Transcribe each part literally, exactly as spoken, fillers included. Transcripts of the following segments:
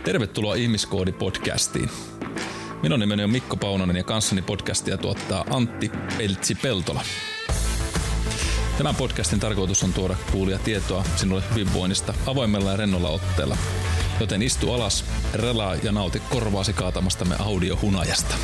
Tervetuloa Ihmiskoodi-podcastiin. Minun nimeni on Mikko Paunonen ja kanssani podcastia tuottaa Antti Peltsi-Peltola. Tämän podcastin tarkoitus on tuoda kuulia tietoa sinulle hyvinvoinnista avoimella ja rennolla otteella. Joten istu alas, relaa ja nauti korvaasi kaatamastamme audiohunajasta.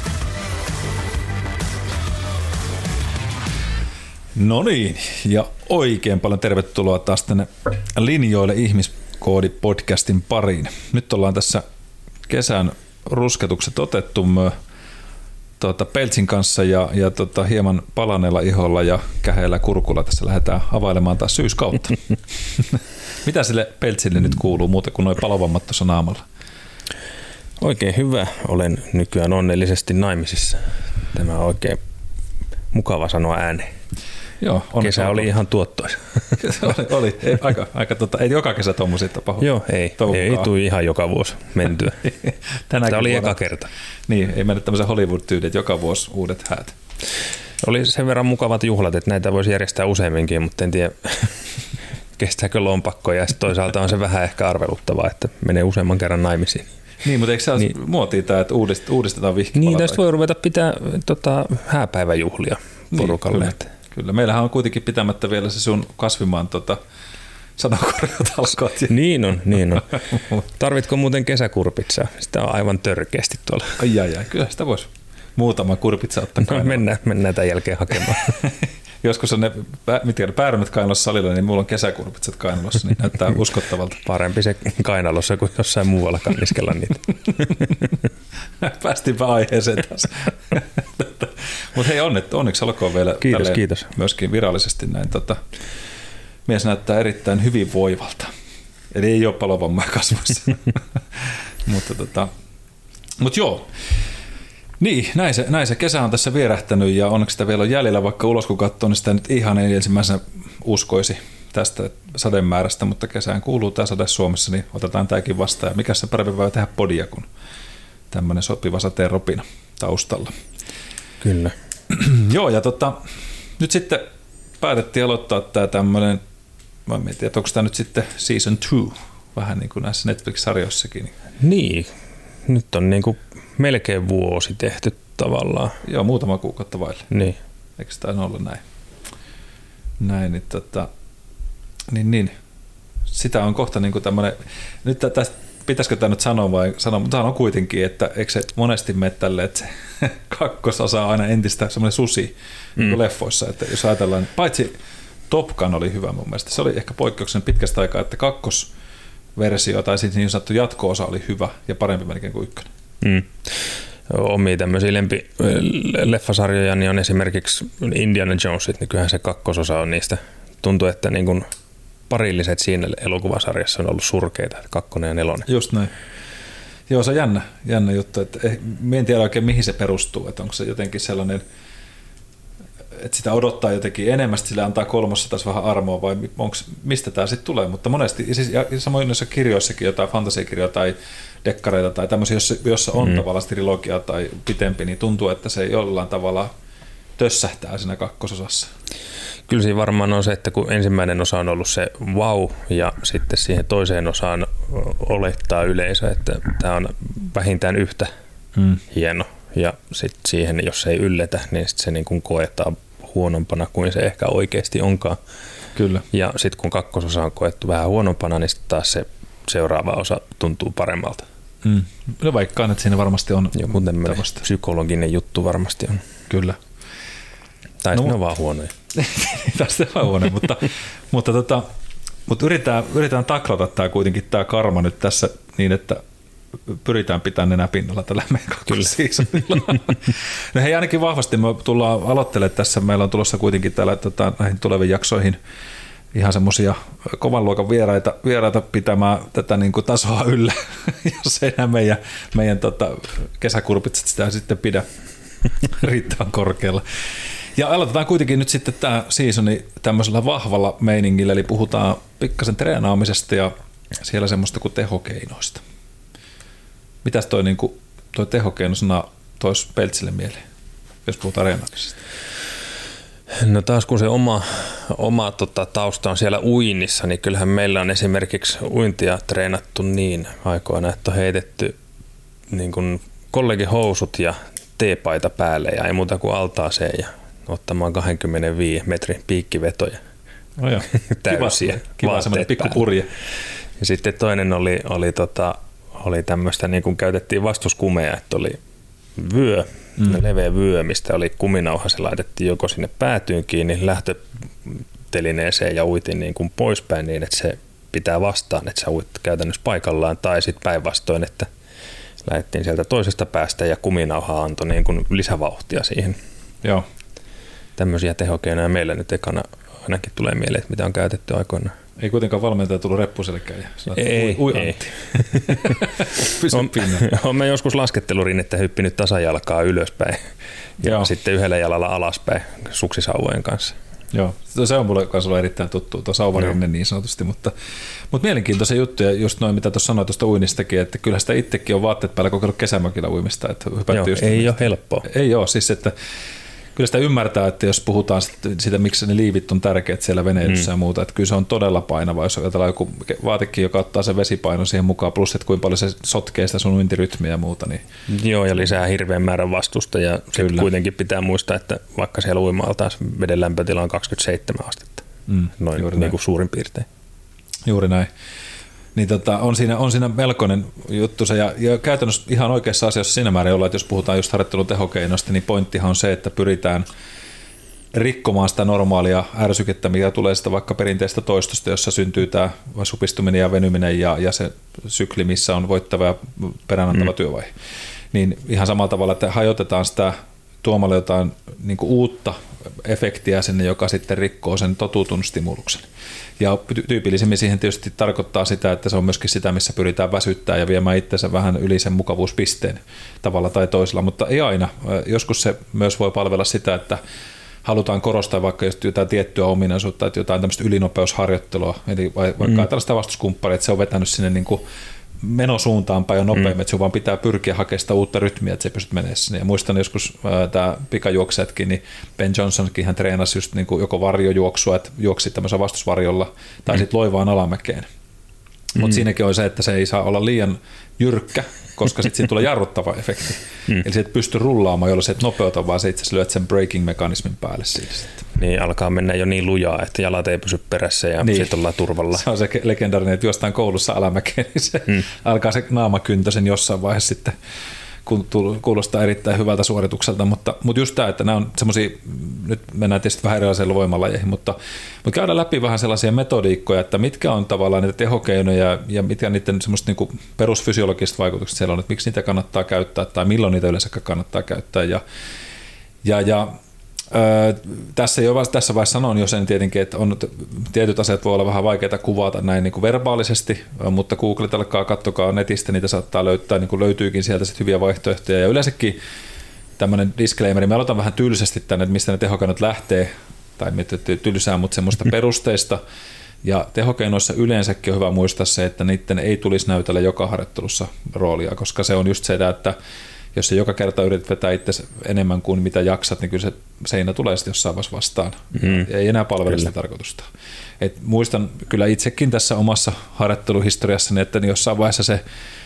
No niin, ja oikein paljon tervetuloa taas tänne linjoille Ihmiskoodi-podcastin pariin. Nyt ollaan tässä kesän rusketukset otettu myö, tuota, Peltsin kanssa ja, ja tuota, hieman palaneella iholla ja käheellä kurkulla tässä lähdetään availemaan taas syyskautta. Mitä sille Peltsille nyt kuuluu muuta kuin noin palovammat tuossa naamalla? Oikein hyvä. Olen nykyään onnellisesti naimisissa. Tämä on oikein mukava sanoa ääneen. Joo, kesä oli ihan tuottoisa. oli, oli. Ei, aika, aika tota, ei joka kesä tommosia tapahdu. Joo, ei. Toukkaa. Ei tule ihan joka vuosi mentyä. Tämä oli vuonna, eka kerta. Niin, ei mennä tämmöisen Hollywood-tyyliin, että joka vuosi uudet häät. Oli sen verran mukavat juhlat, että näitä voisi järjestää useamminkin, mutta en tiedä, kestääkö lompakko. Ja toisaalta on se vähän ehkä arveluttavaa, että menee useamman kerran naimisiin. Niin, mutta eikö se niin, muotiin tämä, että uudistetaan vihkipalata? Niin, tästä voi ruveta pitää tota, hääpäiväjuhlia porukalle. Niin, kyllä. Kyllä, meillähän on kuitenkin pitämättä vielä se sun kasvimaan tota, sanakorjautalkoot. Niin on, niin on. Tarvitko muuten kesäkurpitsaa? Sitä on aivan törkeästi tuolla. Ai ai ai, kyllä sitä voisi muutama kurpitsa ottaa no, mennään, mennään tämän jälkeen hakemaan. Joskus on ne, mitkä ne päärynät kainalossa salilla, niin mulla on kesäkurpitsat kainalossa, niin näyttää uskottavalta. Parempi se kainalossa kuin jossain muualla kanniskella niitä. Päästiinpä aiheeseen taas. Mutta hei, onnet, onneksi olkoon vielä kiitos, kiitos. Myöskin virallisesti näin. Tota, mies näyttää erittäin hyvinvoivalta. Eli ei ole palovammaa kasvoissa. mutta tota, mut joo. Niin, näin se, näin se kesä on tässä vierähtänyt ja onneksi sitä vielä on jäljellä, vaikka ulos kun katsoo, niin sitä nyt ihan ei ensimmäisenä uskoisi tästä sademäärästä, mutta kesään kuuluu tämä sade Suomessa, niin otetaan tämäkin vastaan. Ja mikä se parempi vai tehdä podia kuin tämmöinen sopiva sateen ropina taustalla. Kyllä. Joo, ja tota, nyt sitten päätettiin aloittaa tämä tämmöinen, mä en tiedä, onko tämä nyt sitten season two, vähän niin kuin näissä Netflix-sarjoissakin. Niin, nyt on niin kuin melkein vuosi tehty tavallaan. Joo, muutama kuukautta vaille. Niin. Eikö tämä olla näin? Näin, niin, tota, niin, niin. Sitä on kohta niin kuin tämmöinen, nyt tästä pitäisikö tämä nyt sanoa vai sanoa, mutta sanon kuitenkin, että eikö se monesti mene tälle, että se kakkososa on aina entistä semmoinen susi mm. leffoissa, että jos ajatellaan, paitsi Top Gun oli hyvä mun mielestä, se oli ehkä poikkeuksellisen pitkästä aikaa, että kakkosversio tai siis niin sanottu jatko-osa oli hyvä ja parempi melkein kuin ykkönen. Mm. Omia tämmöisiä lempi leffasarjoja niin on esimerkiksi Indiana Jonesit, niin kyllähän se kakkososa on niistä. Tuntuu, että niin kuin parilliset siinä elokuvasarjassa on ollut surkeita, kakkonen ja nelonen. Just näin. Joo, se on jännä, jännä juttu. Että en tiedä oikein mihin se perustuu, että onko se jotenkin sellainen, että sitä odottaa jotenkin enemmän, sille antaa kolmossa taas vähän armoa vai onko, mistä tämä sitten tulee, mutta monesti, siis, ja samoin noissa kirjoissakin jotain fantasiakirjoja tai dekkareita tai tämmöisiä, jossa, jossa on mm. tavallaan trilogia tai pitempi, niin tuntuu, että se jollain tavalla tössähtää siinä kakkososassa. Kyllä siinä varmaan on se, että kun ensimmäinen osa on ollut se wow ja sitten siihen toiseen osaan olettaa yleisö, että tämä on vähintään yhtä mm. hieno ja sitten siihen, jos se ei yllätä, niin sit se niin kuin koetaan huonompana kuin se ehkä oikeasti onkaan. Kyllä. Ja sitten kun kakkososa on koettu vähän huonompana, niin sitten taas se seuraava osa tuntuu paremmalta. Mm. No vaikkaan, että siinä varmasti on joku tämmöinen psykologinen juttu varmasti on. Kyllä. Tai no, ne on vaan huonoja. Tai sitten vaan huonoja, mutta, mutta, tota, mutta yritetään, yritetään taklata tämä kuitenkin tämä karma nyt tässä niin, että pyritään pitämään nenä pinnalla tällä meidän kakkosseasonilla. No hei, ainakin vahvasti me tullaan aloittelemaan tässä. Meillä on tulossa kuitenkin täällä tota, näihin tuleviin jaksoihin ihan semmoisia kovan luokan vieraita, vieraita pitämään tätä niin kuin tasoa yllä, jos ei nämä meidän, meidän tota, kesäkurpitset sitä sitten pidä riittävän korkealla. Ja aloitetaan kuitenkin nyt sitten tämä seasoni tämmöisellä vahvalla meiningillä, eli puhutaan pikkasen treenaamisesta ja siellä semmoista kuin tehokeinoista. Mitäs toi, niin kuin, toi tehokeinosana toisi Peltsille mieleen, jos puhutaan treenaamisesta? No taas kun se oma, oma tota, tausta on siellä uinnissa, niin kyllähän meillä on esimerkiksi uintia treenattu niin aikoina, että on heitetty niin kuin kollegihousut ja teepaita päälle ja ei muuta kuin altaaseen ja ottamaan kaksikymmentäviisi metrin piikkivetoja. No joo, täysiä. Kiva, kiva semmoinen pikkupurje. Ja sitten toinen oli, oli, tota, oli tämmöistä, niin kuin käytettiin vastuskumeja, että oli vyö, mm. leveä vyö, mistä oli kuminauha, se laitettiin joko sinne päätyyn kiinni lähtötelineeseen ja uitin niin kuin poispäin niin, että se pitää vastaan, että sä uit käytännössä paikallaan, tai sitten päinvastoin, että lähdettiin sieltä toisesta päästä ja kuminauha antoi niin kuin lisävauhtia siihen. Joo. Tämmöisiä tehokeinoja meillä nyt ekana ainakin tulee mieleen, että mitä on käytetty aikoinaan. Ei kuitenkaan valmentaja tullut reppuselkään ja sanoi, ei, ui, ui ei. Pysy on, pinnalla. Olen joskus laskettelurinnettä hyppinyt tasajalkaa ylöspäin ja Joo. sitten yhdellä jalalla alaspäin suksisauvojen kanssa. Joo, se on mulle kanssa erittäin tuttu, tuo sauvarinne niin sanotusti, mutta, mutta mielenkiintoisia juttuja, just noin mitä tuossa sanoit tuosta uinnistakin, että kyllä sitä itsekin on vaatteet päällä kokeillut kesämökillä uimista. Että Joo, just ei ole helppoa. Ei ole, siis että kyllä sitä ymmärtää, että jos puhutaan siitä, miksi ne liivit on tärkeät siellä veneilyssä mm. ja muuta, että kyllä se on todella painava, jos ajatellaan joku vaatekin, joka ottaa sen vesipainon siihen mukaan, plus että kuinka paljon se sotkee sitä sun uintirytmiä ja muuta. Niin. Joo, ja lisää hirveän määrän vastusta, ja sitten kuitenkin pitää muistaa, että vaikka siellä uima-altaassa veden lämpötila on kaksikymmentäseitsemän astetta, mm, noin niin kuin suurin piirtein. Juuri näin. Niin tota, on, siinä, on siinä melkoinen juttu se, ja, ja käytännössä ihan oikeassa asiassa siinä määrin olla, että jos puhutaan just harjoittelun tehokeinoista, niin pointtihan on se, että pyritään rikkomaan sitä normaalia ärsykettä, mikä tulee sitä vaikka perinteistä toistosta, jossa syntyy tämä supistuminen ja venyminen ja, ja se sykli, missä on voittava ja peräänantava mm. työvaihe. Niin ihan samalla tavalla, että hajotetaan sitä tuomalla jotain niin kuin uutta efektiä sinne, joka sitten rikkoo sen totutun stimuluksen. Ja tyypillisemmin siihen tietysti tarkoittaa sitä, että se on myöskin sitä, missä pyritään väsyttää ja viemään itsensä vähän yli sen mukavuuspisteen tavalla tai toisella, mutta ei aina. Joskus se myös voi palvella sitä, että halutaan korostaa vaikka jotain tiettyä ominaisuutta, että jotain tämmöistä ylinopeusharjoittelua, eli vaikka mm. tällaista vastuskumpparia, että se on vetänyt sinne niin kuin menosuuntaan päin jo nopeammin, mm. että sinun vaan pitää pyrkiä hakemaan sitä uutta rytmiä, että se pystyt menemään sinne. Ja muistan joskus tämä pikajuoksijatkin, niin Ben Johnsonkin hän treenasi just niin kuin joko varjojuoksua, että juoksi tämmöisellä vastusvarjolla, tai mm. sitten loivaan alamäkeen. Mm. Mutta siinäkin on se, että se ei saa olla liian jyrkkä, koska sitten siinä tulee jarruttava efekti. Mm. Eli se et pysty rullaamaan, jolloin se et nopeuta, vaan se itse asiassa lyöt sen braking-mekanismin päälle siitä sitten. Niin, alkaa mennä jo niin lujaa, että jalat ei pysy perässä ja niin. Sitten ollaan turvalla. Se on se legendaarinen, että jostain koulussa alamäkeen, niin se mm. alkaa se naamakyntä sen jossain vaiheessa sitten, kun kuulostaa erittäin hyvältä suoritukselta, mutta, mutta just tämä, että nämä on semmoisia, nyt mennään tietysti vähän erilaisilla voimalajeihin, mutta, mutta käydään läpi vähän sellaisia metodiikkoja, että mitkä on tavallaan niitä tehokeinoja ja mitkä on niiden semmoista niin kuin perusfysiologiset vaikutukset siellä on, että miksi niitä kannattaa käyttää tai milloin niitä yleensä kannattaa käyttää ja, ja, ja Öö, tässä, jo, tässä vaiheessa sanon jo sen tietenkin, että on, tietyt asiat voi olla vähän vaikeita kuvata näin niin kuin verbaalisesti, mutta googletelkaa, katsokaa netistä, niitä saattaa löytää, niin kuin löytyykin sieltä sit hyviä vaihtoehtoja. Ja yleensäkin tämmöinen disclaimer, mä aloitan vähän tylsästi tänne, että mistä ne tehokeinot lähtee, tai tylsää, mutta semmoista perusteista. Ja tehokeinoissa yleensäkin on hyvä muistaa se, että niiden ei tulisi näytellä joka harjoittelussa roolia, koska se on just se, että jos se joka kerta yrität vetää itse enemmän kuin mitä jaksat, niin kyllä se seinä tulee sitten jossain vaiheessa vastaan. Mm. Ei enää palvele sitä tarkoitusta. Et muistan kyllä itsekin tässä omassa harjoitteluhistoriassani, että jossain vaiheessa se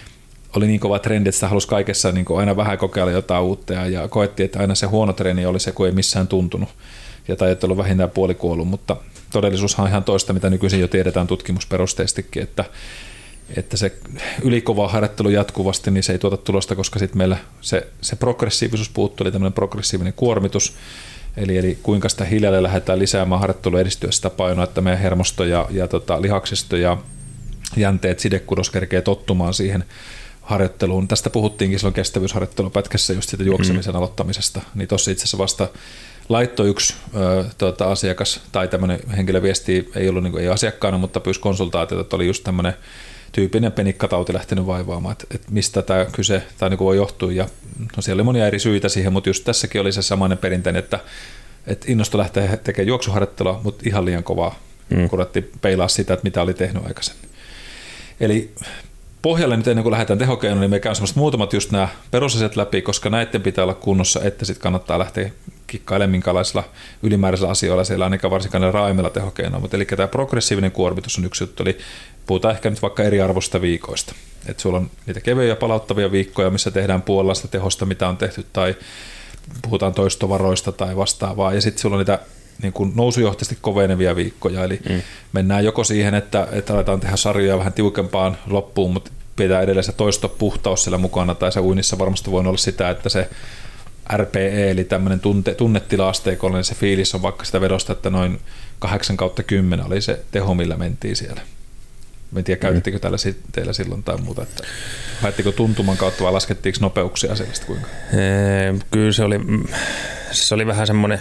oli niin kova trendi, että sitä halusi kaikessa niin aina vähän kokeilla jotain uutta ja, ja koettiin, että aina se huono treeni oli se, kun ei missään tuntunut ja tai että ollut vähintään puolikuollut, mutta todellisuushan on ihan toista, mitä nykyisin jo tiedetään tutkimusperusteisestikin, että että se ylikova harjoittelu jatkuvasti, niin se ei tuota tulosta, koska sitten meillä se, se progressiivisuus puuttuu, eli tämmöinen progressiivinen kuormitus, eli, eli kuinka sitä hiljalleen lähdetään lisäämään harjoittelua edistyä sitä painoa, että meidän hermosto ja, ja tota, lihaksisto ja jänteet, sidekudos kerkee tottumaan siihen harjoitteluun. Tästä puhuttiinkin silloin kestävyysharjoittelupätkässä just siitä juoksemisen mm. aloittamisesta, niin tuossa itse asiassa vasta laittoi yksi ö, tuota, asiakas tai tämmöinen henkilöviesti, ei ollut niin kuin, ei asiakkaana, mutta pyysi konsultaatiota, että oli just tämmöinen tyypillinen penikkatauti lähtenyt vaivaamaan, että, että mistä tämä kyse tai niin kuin voi johtua. Ja, no, siellä oli monia eri syitä siihen, mutta just tässäkin oli se samainen perinteinen, että, että innostu lähteä tekemään juoksuharjoittelua, mutta ihan liian kovaa, mm. kun ruvettiin peilaa sitä, että mitä oli tehnyt aikaisemmin. Eli pohjalle nyt ennen kuin lähdetään tehokeinoon, niin me käyn semmoista muutamat just nämä perusasiat läpi, koska näiden pitää olla kunnossa, että sitten kannattaa lähteä kikkailemaan minkälaisilla ylimääräisillä asioilla siellä, ainakaan varsinkaan ne raaimilla tehokeinoilla. Mutta eli tämä progressiivinen kuormitus on yksi juttu, eli puhutaan ehkä nyt vaikka eriarvoista viikoista. Että sulla on niitä kevyjä palauttavia viikkoja, missä tehdään puolella sitä tehosta, mitä on tehty, tai puhutaan toistovaroista tai vastaavaa, ja sitten sulla on niitä niin kuin nousujohtaisesti kovenevia viikkoja, eli mm. mennään joko siihen, että, että aletaan tehdä sarjoja vähän tiukempaan loppuun, mutta pitää edelleen se toistopuhtaus siellä mukana, tai se uinnissa varmasti voi olla sitä, että se R P E, eli tämmöinen tunte, tunnetila-asteikolla, niin se fiilis on vaikka sitä vedosta, että noin kahdeksan kautta kymmenen oli se teho, millä mentiin siellä. En tiedä, käytettikö täällä teillä silloin tai muuta, että haettiko tuntuman kautta vai laskettiinko nopeuksia sellaista kuinka? Ee, kyllä se oli, se oli vähän semmoinen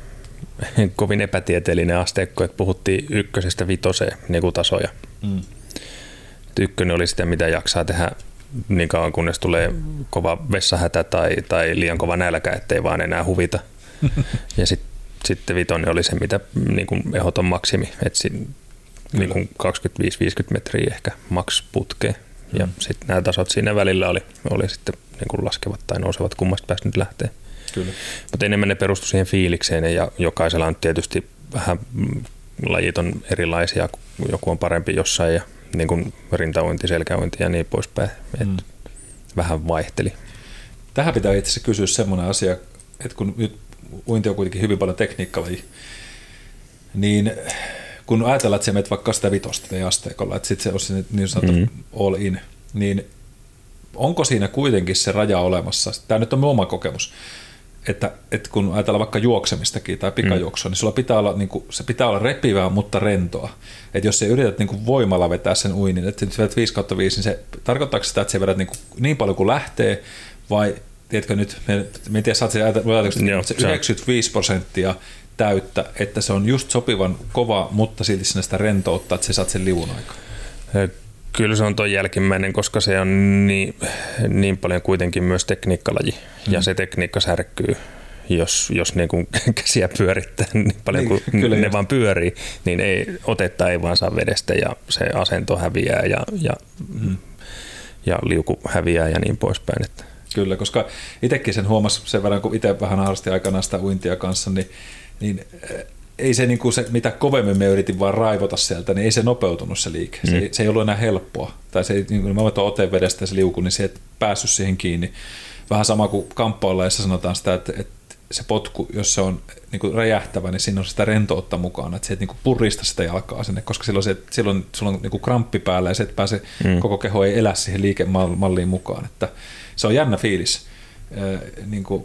kovin epätieteellinen asteikko, että puhuttiin ykkösestä vitoseen niin kuin tasoja. Mm. Ykkönen oli sitä, mitä jaksaa tehdä niin kauan, kunnes tulee kova vessahätä tai, tai liian kova nälkä, ettei vaan enää huvita. Ja sit, sitten vitonen oli se, mitä niin kuin ehdoton maksimi, että niin kuin kaksikymmentäviisi viisikymmentä metriä ehkä maks putkeen. Ja mm. sitten nämä tasot siinä välillä oli, oli sitten niin kuin laskevat tai nousevat, kummasta päästä nyt lähtee. Mutta enemmän ne perustu siihen fiilikseen, ja jokaisella on tietysti vähän lajit on erilaisia, joku on parempi jossain ja niin kuin rintauinti, selkäuinti ja niin poispäin. Mm. Vähän vaihteli. Tähän pitää itse asiassa kysyä semmoinen asia, että kun nyt uinti on kuitenkin hyvin paljon tekniikkalaji, niin kun ajatellaan, että sä menet vaikka sitä vitosta tai asteikolla, että sitten se on se niin sanottu mm. all in, niin onko siinä kuitenkin se raja olemassa? Tämä nyt on oma kokemus. Että, että kun ajatellaan vaikka juoksemistakin tai pikajuoksua, mm. niin sulla pitää olla, niin kuin, se pitää olla repivää, mutta rentoa. Että jos sä yrität niin kuin voimalla vetää sen uinnin, että sä vedät viisi kautta viisi, niin se tarkoittaako sitä, että sä vedät niin, kuin, niin paljon kuin lähtee, vai tiedätkö nyt, me en tiedä, saat se yhdeksänkymmentäviisi prosenttia täyttä, että se on just sopivan kova, mutta silti sinne sitä rentoutta, että sä saat sen liuun aikaan. Kyllä se on tuo jälkimmäinen, koska se on niin, niin paljon kuitenkin myös tekniikkalaji, mm. ja se tekniikka särkyy, jos, jos niin kuin käsiä pyörittää niin paljon kuin niin, ne just vaan pyörii, niin ei, otetta ei vaan saa vedestä, ja se asento häviää, ja, ja, mm. ja liuku häviää, ja niin poispäin. Että. Kyllä, koska itsekin sen huomasi sen verran, kun itse vähän harrastin aikanaan sitä uintia kanssa, niin, niin ei se, niin kuin se, mitä kovemmin me yritin vaan raivota sieltä, niin ei se nopeutunut se liike. Se, mm. se ei ollut enää helppoa. Tai se, niin kuin mä otan oteen vedestä ja se liuku, niin se et päässyt siihen kiinni. Vähän sama kuin kamppailla, jossa sanotaan sitä, että, että se potku, jos se on niin kuin räjähtävä, niin siinä on sitä rentoutta mukana. Että se et niin kuin purista sitä jalkaa sinne, koska silloin, se, silloin sulla on niin kuin kramppi päällä ja se, että pääse, mm. koko keho ei elä siihen liikemalliin mukaan. Että se on jännä fiilis. Niin kuin,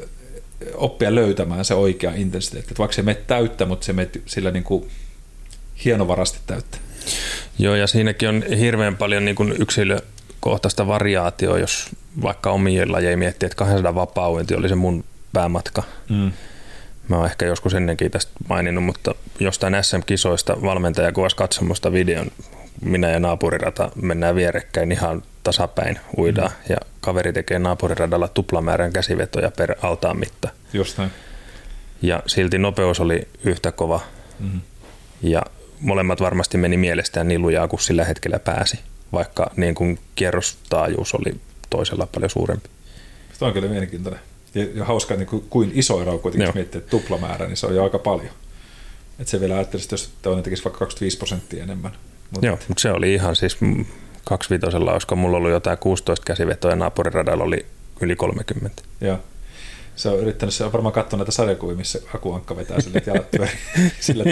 oppia löytämään se oikea intensiteetti. Vaikka se menet täyttä, mutta se menet sillä niin kuin hienovarasti täyttä. Joo, ja siinäkin on hirveän paljon niin kuin yksilökohtaista variaatioa, jos vaikka omien lajeja miettii, että kahdensadan vapaa-uinti oli se mun päämatka. Mm. Mä oon ehkä joskus ennenkin tästä maininnut, mutta jostain S M-kisoista valmentaja kuvasi katsomusta videon, minä ja naapurirata mennään vierekkäin ihan tasapäin uidaan, mm. ja kaveri tekee naapuriradalla tuplamäärän käsivetoja per altaan mitta. Just näin. Ja silti nopeus oli yhtä kova, mm. ja molemmat varmasti meni mielestään niin lujaa, kun sillä hetkellä pääsi, vaikka niin kuin kierrostaajuus oli toisella paljon suurempi. Tämä on kyllä mielenkiintoinen. Ja, ja hauska, niin kuin, kuin iso ero kuitenkin miettii, että tuplamäärä, niin se on jo aika paljon. Että se vielä ajattelisi, jos toinen tekisi vaikka kaksikymmentäviisi prosenttia enemmän. Mut joo, mutta se oli ihan siis kaksivitosella, olisiko mulla ollut jotain kuusitoista käsivetoa ja naapuriradalla oli yli kolmekymmentä. Joo. Se on yrittänyt, se on varmaan katsonut näitä sarjakuvia, missä Akuankka vetää sille, että jalat pyörii. Sillä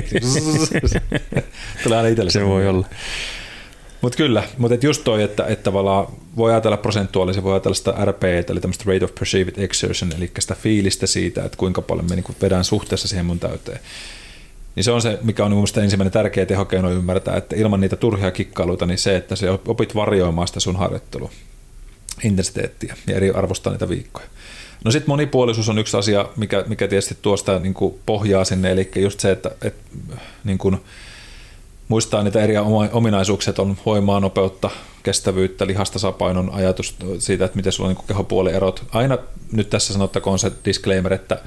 tulee aina itselle. Se voi olla. Mutta kyllä, mutta just toi, että, että tavallaan voi ajatella prosentuaalisia, voi ajatella sitä R P E, eli tämmöistä rate of perceived exertion, eli sitä fiilistä siitä, että kuinka paljon me niin vedään suhteessa siihen mun täyteen. Niin se on se, mikä on mielestäni ensimmäinen tärkeä tehokeino ymmärtää, että ilman niitä turhia kikkailuita, niin se, että se opit varjoimaan sitä sun harjoittelua, intensiteettiä ja eri arvostaa niitä viikkoja. No sitten monipuolisuus on yksi asia, mikä, mikä tietysti tuo sitä niin kuin pohjaa sinne, eli just se, että, että niin kuin muistaa niitä eri ominaisuuksia, että on voimaa, nopeutta, kestävyyttä, lihastasapainon ajatus siitä, että miten sulla on niin kehopuolierot. Aina nyt tässä sanottakoon se disclaimer, että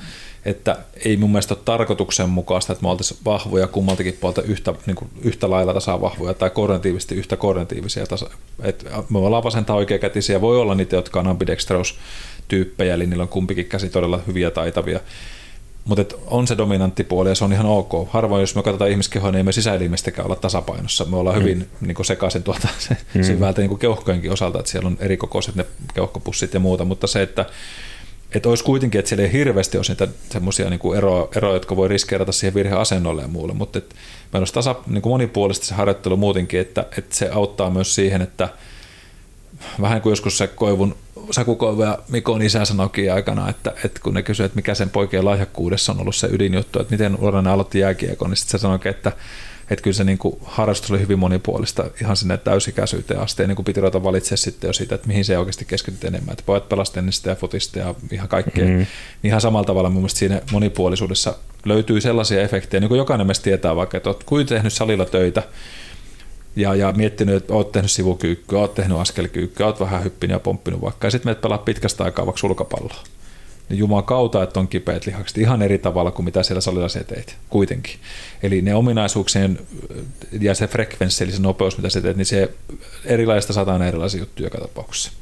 että ei mun mielestä ole tarkoituksenmukaista, että me oltaisiin vahvoja kummaltakin puolta yhtä, niin kuin yhtä lailla tasavahvoja tai koordinatiivisesti yhtä koordinatiivisia. Tasa, että me ollaan vasenta oikeakätisiä, voi olla niitä, jotka on ambidextrous-tyyppejä, eli niillä on kumpikin käsi todella hyviä taitavia. Mutta on se dominantti puoli ja se on ihan ok. Harvoin, jos me katsotaan ihmiskehoa, niin ei me sisäelimistäkään olla tasapainossa. Me ollaan mm. hyvin niin kuin sekaisin tuolta mm. syvältä niin kuin keuhkojenkin osalta, että siellä on eri kokoiset ne keuhkopussit ja muuta, mutta se, että että olisi kuitenkin, että siellä ei hirveästi ole niitä semmoisia niin kuin eroja, eroja, jotka voi riskeerata siihen virheasennolle ja muulle, mutta että meillä olisi tasa, niin kuin monipuolisesti se harjoittelu muutenkin, että, että se auttaa myös siihen, että vähän kuin joskus se Koivun, Saku Koivu ja Mikon isä sanoikin aikana, että, että kun ne kysyivät, että mikä sen poikien lahjakkuudessa on ollut se ydinjuttu, että miten urana ne aloitti jääkiekon, niin sitten se sanoikin, että että kyllä se niin kuin harrastus oli hyvin monipuolista ihan sinne täysikäisyyteen asti ja niin kuin piti ruveta valitsemaan sitten jo siitä, että mihin se oikeasti keskityt enemmän, että pojat pelasivat tennistä ja fotista ja ihan kaikkea. Mm. Ihan samalla tavalla mun mielestä siinä monipuolisuudessa löytyy sellaisia efektejä, niin kuin jokainen meistä tietää vaikka, että olet kuitenkin tehnyt salilla töitä ja, ja miettinyt, että olet tehnyt sivukyykkyä, olet tehnyt askelkyykkyä, olet vähän hyppinyt ja pomppinut vaikka ja sitten menet pelaa pitkästä aikaa vaikka sulkapalloa. Niin Jumalan kautta, että on kipeät lihakset ihan eri tavalla kuin mitä siellä salilla sä teit kuitenkin. Eli ne ominaisuuksien ja se frekvenssi, eli se nopeus, mitä sä teet, niin se erilaista sataan erilaisia juttuja joka tapauksessa.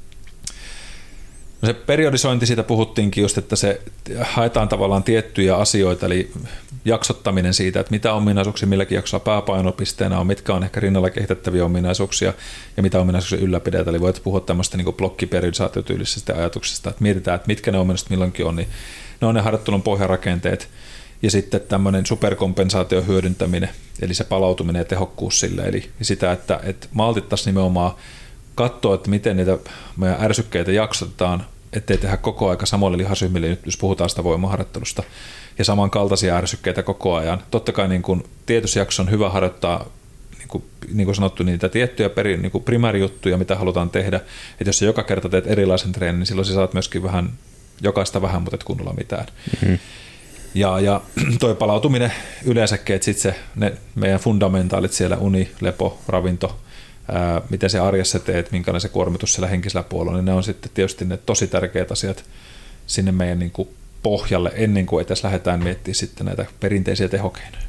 No se periodisointi, siitä puhuttiinkin just, että se haetaan tavallaan tiettyjä asioita, eli jaksottaminen siitä, että mitä ominaisuuksia milläkin jaksolla pääpainopisteenä on, mitkä on ehkä rinnalla kehitettäviä ominaisuuksia ja mitä ominaisuuksia ylläpidetään. Eli voit puhua tämmöistä niin blokkiperiodisaatiotyylisestä ajatuksesta, että mietitään, että mitkä ne ominaisuudet milloinkin on, niin ne on ne harjoittelun pohjarakenteet ja sitten tämmöinen superkompensaation hyödyntäminen, eli se palautuminen ja tehokkuus sille, eli sitä, että, että maltittaisiin nimenomaan katsoa, että miten niitä meidän ärsykkeitä jaksotetaan, ettei tehdä koko aika samoille lihasryhmille, nyt jos puhutaan sitä voimaharjoittelusta, ja samankaltaisia ärsykkeitä koko ajan. Totta kai niin kuin tietyssä jaksossa on hyvä harjoittaa, niin kuin, niin kuin sanottu, niitä tiettyjä peri, niin kuin primäärijuttuja, mitä halutaan tehdä. Että jos sä joka kerta teet erilaisen treenin, niin silloin sä saat myöskin vähän, jokaista vähän, mutta et kunnolla mitään. Mm-hmm. Ja, ja toi palautuminen yleensäkin, että sitten se, ne meidän fundamentaalit siellä, uni, lepo, ravinto, ää, miten se arjessa teet, minkälainen se kuormitus siellä henkisellä puolella, niin ne on sitten tietysti ne tosi tärkeät asiat sinne meidän niin kuin pohjalle ennen kuin edes lähdetään miettimään sitten näitä perinteisiä tehokeinoja.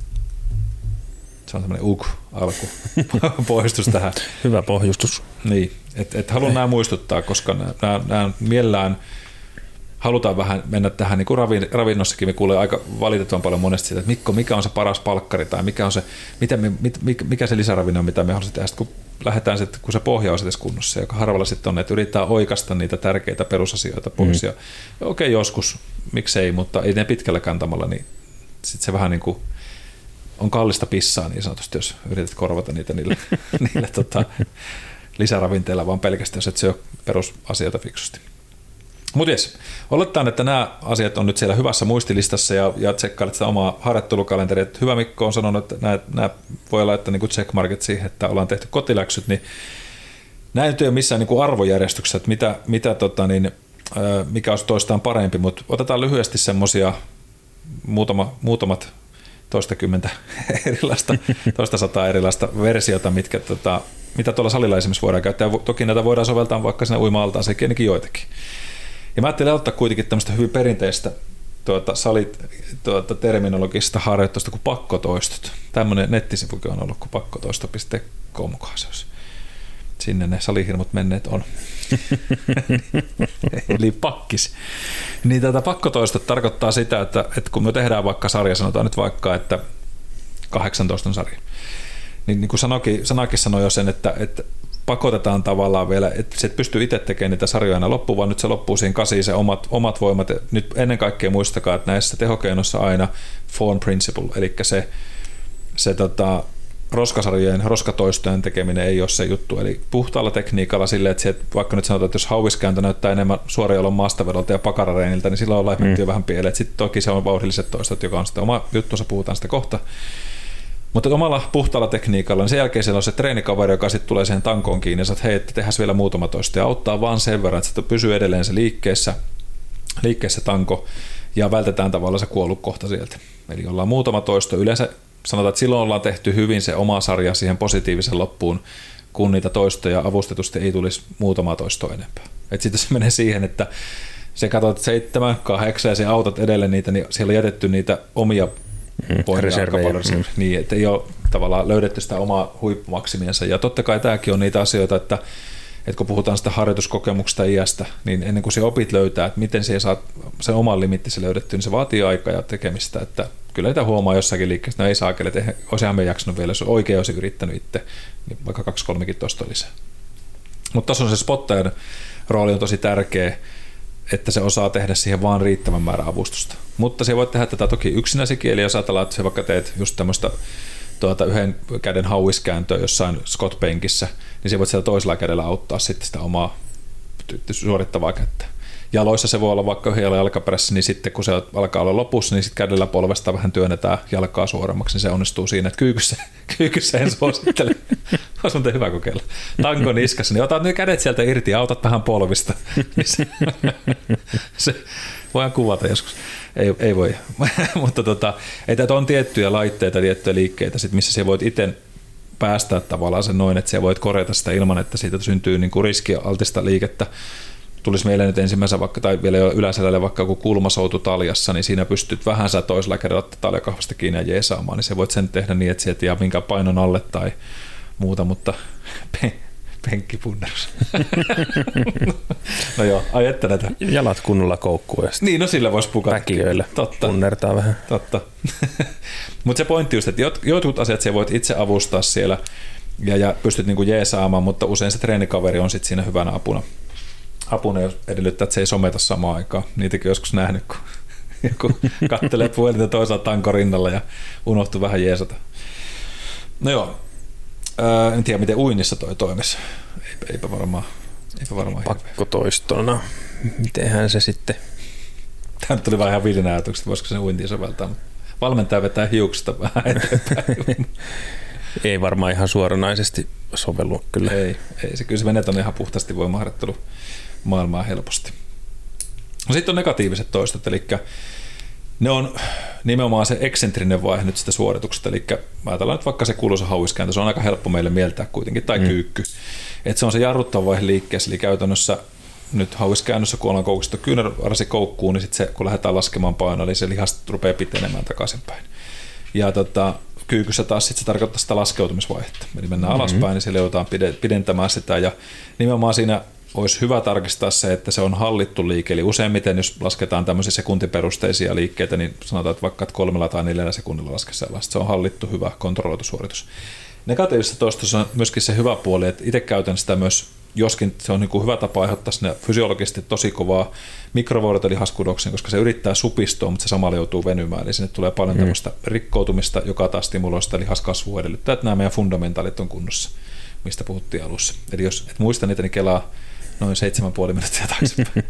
Se on tämmöinen uk-alku pohjustus tähän. Hyvä pohjustus. Niin, että et haluan nämä muistuttaa, koska nämä, nämä mielellään halutaan vähän mennä tähän, niin kuin ravinnossakin me kuulee aika valitettavan paljon monesti siitä, että Mikko, mikä on se paras palkkari tai mikä on se, miten me, mikä se lisäravinno on, mitä me haluaisimme tehdä. Sitten kun lähdetään, sitten, kun se pohja on edes kunnossa, joka harvalla sitten on, että yritetään oikaista niitä tärkeitä perusasioita pois. Mm. Ja okei, okay, joskus, miksei, mutta ei ne pitkällä kantamalla, niin sitten se vähän niin kuin on kallista pissaa niin sanotusti, jos yrität korvata niitä niille, niille tota, lisäravinteilla, vaan pelkästään, jos et syö perusasioita fiksusti. Mutta jes, oletetaan, että nämä asiat on nyt siellä hyvässä muistilistassa ja, ja tsekkailet sitä omaa harjoittelukalenteria. Hyvä Mikko on sanonut, että nämä, nämä voi laittaa niin checkmarket siihen, että ollaan tehty kotiläksyt, niin nämä ei ole missään niin kuin arvojärjestyksessä, että mitä, mitä, tota niin, mikä olisi toistaan parempi, mutta otetaan lyhyesti semmoisia muutama, muutamat toistakymmentä erilaista, toista sataa erilaista versiota, mitkä, tota, mitä tuolla salilla esimerkiksi voidaan käyttää. Toki näitä voidaan soveltaa vaikka siinä uima-altaan, sekin ainakin joitakin. Ja mä ajattelin ottaa kuitenkin tämmöistä hyvin perinteistä tuota, salit, tuota, terminologista harjoitusta kuin pakkotoistot. Tämmöinen nettisivukin on ollut kuin pakkotoisto piste com mukaan se olisi. Sinne ne salihirmut menneet on. Eli pakkis. Niin tätä pakkotoistot tarkoittaa sitä, että, että kun me tehdään vaikka sarja, sanotaan nyt vaikka, että kahdeksantoista on sarja, niin, niin kuin sanokin, sanakin sanoi jo sen, että, että pakotetaan tavallaan vielä, että se et pysty itse tekemään niitä sarjoja aina loppuun, vaan nyt se loppuu siinä kasiin se omat, omat voimat. Nyt ennen kaikkea muistakaa, että näissä tehokeinoissa aina form principle, eli se, se tota, roskasarjojen, roskatoistojen tekeminen ei ole se juttu. Eli puhtaalla tekniikalla silleen, että, se, että vaikka nyt sanotaan, että jos hauiskääntö näyttää enemmän suoriolon maastavedolta ja pakarareeniltä, niin silloin ollaan menty mm. vähän pieleen. Sitten toki se on vauhdilliset toistot, joka on sitten oma juttunsa, puhutaan sitä kohta. Mutta omalla puhtaalla tekniikalla, niin sen jälkeen siellä on se treenikaveri, joka sitten tulee siihen tankoon kiinni ja sanoo, että hei, että tehdään vielä muutama toista ja auttaa vaan sen verran, että se pysyy edelleen se liikkeessä, liikkeessä tanko ja vältetään tavallaan se kuollut kohta sieltä. Eli ollaan muutama toisto. Yleensä sanotaan, että silloin ollaan tehty hyvin se oma sarja siihen positiivisen loppuun, kun niitä toistoja avustetusti ei tulisi muutama toisto enempää. Sitten se menee siihen, että se katsot seitsemän, kahdeksan ja se autat edelleen niitä, niin siellä on jätetty niitä omia mm, reservejä. Mm. Niin, että ei ole tavallaan löydetty sitä omaa huippumaksimiensa. Ja totta kai tämäkin on niitä asioita, että, että kun puhutaan sitä harjoituskokemuksesta iästä, niin ennen kuin se opit löytää, että miten siihen saat sen oman limittisi löydetty, niin se vaatii aikaa ja tekemistä. Että kyllä niitä huomaa jossakin liikkeessä, no ei saakeli, että olisihan me jaksanut vielä, jos oikein olisi yrittänyt itse, niin vaikka kaksi kolmekin tuosta lisää. Mutta tuossa on se spottajan rooli on tosi tärkeä, että se osaa tehdä siihen vaan riittävän määrän avustusta. Mutta se voi tehdä tätä toki yksinäisikin, eli jos ajatellaan, että se vaikka teet just tämmöistä tuota, yhden käden hauiskääntöä jossain Scott-penkissä, niin se voit siellä toisella kädellä auttaa sitten sitä omaa suorittavaa kättä. Jaloissa se voi olla vaikka yhdellä jalkaperässä, niin sitten kun se alkaa olla lopussa, niin sitten kädellä polvesta vähän työnnetään jalkaa suoremmaksi, niin se onnistuu siinä, että kyykyssä, kyykyssä en suosittele. Olisi muuten hyvä kokeilla. Tanko niskassa, niin otat nyt kädet sieltä irti ja autat vähän polvista. se, se voidaan kuvata joskus. Ei, ei voi. Mutta tota, että on tiettyjä laitteita, tiettyjä liikkeitä, sit missä sä voit itse päästää tavallaan sen noin, että sä voit korjata sitä ilman, että siitä syntyy niinku riskialtista liikettä. Tulisi meille nyt ensimmäisenä vaikka, tai vielä jo yläselälle vaikka joku kulmasoutu taljassa, niin siinä pystyt vähän sä toisella kädellä ottaa taljakahvasta kiinni ja jeesaamaan, niin se voit sen tehdä niin, että sä et jää minkään painon alle tai muuta, mutta penkkipunnerus. No joo, ai että näitä. Jalat kunnolla koukkuun ja niin, no sillä voisi pukata. Päkiöillä Totta. Punnertaa vähän. Totta. Mutta se pointti just, että jotkut asiat sä voit itse avustaa siellä ja, ja pystyt niinku jeesaamaan, mutta usein se treenikaveri on sitten siinä hyvänä apuna. Apuna, jos edellyttää, että se ei someta samaan aikaan. Niitäkin joskus nähnyt, kun joku kattelee puhelinta toisaalta tanko rinnalla ja unohtuu vähän jeesata. No joo, Ää, en tiedä miten uinnissa toi toimisi. Eipä, eipä varmaan. Eipä varmaan pakkotoistona. Mitenhän se sitten? Tämä tuli vähän ihan villinä ajatukset, voisiko se uintiin soveltaa. Valmentaja vetää hiuksista vähän eteenpäin. Ei varmaan ihan suoranaisesti sovellu kyllä. Ei, ei se kyllä se menee tuonne ihan puhtaasti voimaharjoittelu maailmaan helposti. No sitten on negatiiviset toistot, eli ne on nimenomaan se eksentrinen vaihe nyt sitä suorituksesta, eli ajatellaan nyt vaikka se kuuluisa hauiskääntö, se on aika helppo meille mieltää kuitenkin, tai mm. kyykky. Että se on se jarruttava vaihe liikkeessä, eli käytännössä nyt hauiskäännössä, kun ollaan koukistettu kyynärvarsi koukkuun, niin sitten se, kun lähdetään laskemaan painoa, eli se lihas rupeaa pitenemään takaisinpäin. Ja tota, kyykyssä taas sit se tarkoittaa sitä laskeutumisvaihetta, eli mennään mm-hmm. alaspäin, niin siellä joudutaan pidentämään sitä, ja nimenomaan siinä olisi hyvä tarkistaa se, että se on hallittu liike, eli useimmiten jos lasketaan tämmöisiä sekuntiperusteisia liikkeitä, niin sanotaan, että vaikka kolmella tai neljällä sekunnilla laske sellaista, se on hallittu, hyvä, kontrolloitu suoritus. Negatiivisessa toistossa on myöskin se hyvä puoli, että itse käytän sitä myös, joskin se on niin kuin hyvä tapa aiheuttaa sinne fysiologisesti tosi kovaa mikrovuodot eli lihaskudoksen, koska se yrittää supistua, mutta se samalla joutuu venymään, eli sinne tulee paljon mm. tämmöistä rikkoutumista, joka taas stimuloi sitä lihaskasvua edellyttää, että nämä meidän fundamentaalit on kunnossa, mistä puhuttiin alussa. Eli jos et muista niitä, niin kelaa noin seitsemän puoli minuuttia taaksepäin.